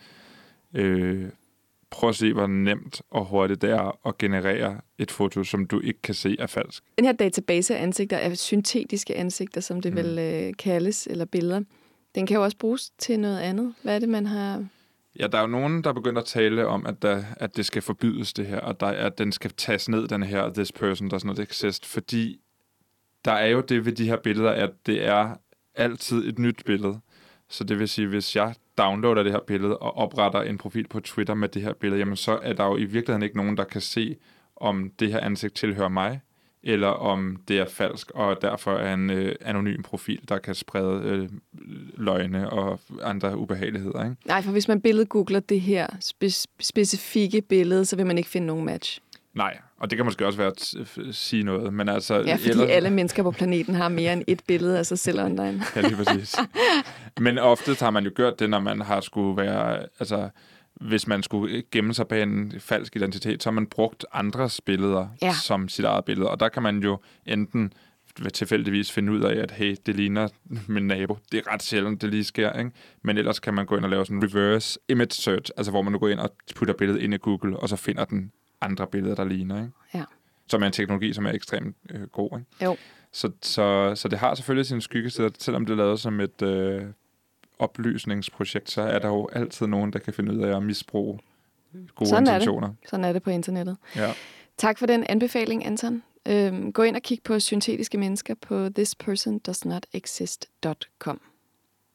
Prøv at se, hvor nemt og hurtigt det er at generere et foto, som du ikke kan se er falsk. Den her database af ansigter er syntetiske ansigter, som det vel kaldes, eller billeder. Den kan jo også bruges til noget andet. Hvad er det, man har... Ja, der er jo nogen, der begynder at tale om, at det skal forbydes det her, og at den skal tages ned, den her This Person Does Not Exist, fordi der er jo det ved de her billeder, at det er altid et nyt billede. Så det vil sige, hvis jeg downloader det her billede og opretter en profil på Twitter med det her billede, jamen så er der jo i virkeligheden ikke nogen, der kan se, om det her ansigt tilhører mig, eller om det er falsk, og derfor er en anonym profil, der kan sprede løgne og andre ubehageligheder, ikke? Nej, for hvis man billedgoogler det her specifikke billede, så vil man ikke finde nogen match. Nej, og det kan måske også være at sige noget, men altså... Ja, fordi alle mennesker på planeten har mere end et billede af sig selv online. Ja, lige præcis. Men ofte har man jo gjort det, når man har skulle være... Altså, hvis man skulle gemme sig bag en falsk identitet, så har man brugt andres billeder som sit eget billede. Og der kan man jo enten tilfældigvis finde ud af, at hey, det ligner min nabo. Det er ret sjældent, det lige sker, ikke? Men ellers kan man gå ind og lave sådan en reverse image search, altså hvor man nu går ind og putter billedet ind i Google, og så finder den andre billeder, der ligner, ikke? Ja. Som er en teknologi, som er ekstremt god, ikke? Jo. Så det har selvfølgelig sin skyggesider, selvom det er lavet som et oplysningsprojekt, så er der jo altid nogen, der kan finde ud af at misbruge gode intentioner. Sådan er det på internettet. Ja. Tak for den anbefaling, Anton. Gå ind og kig på syntetiske mennesker på thispersondoesnotexist.com.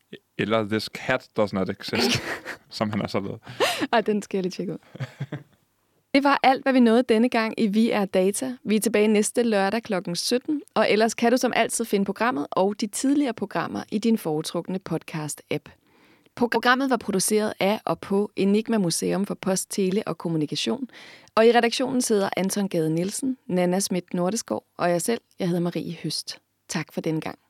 Eller This Cat Does Not Exist, som han også har lavet. Ej, den skal jeg lige tjekke ud. Det var alt, hvad vi nåede denne gang i Vi er Data. Vi er tilbage næste lørdag kl. 17, og ellers kan du som altid finde programmet og de tidligere programmer i din foretrukne podcast-app. Programmet var produceret af og på Enigma Museum for Post, Tele og Kommunikation, og i redaktionen sidder Anton Gade Nielsen, Nana Schmidt Nordeskov og jeg selv. Jeg hedder Marie Høst. Tak for denne gang.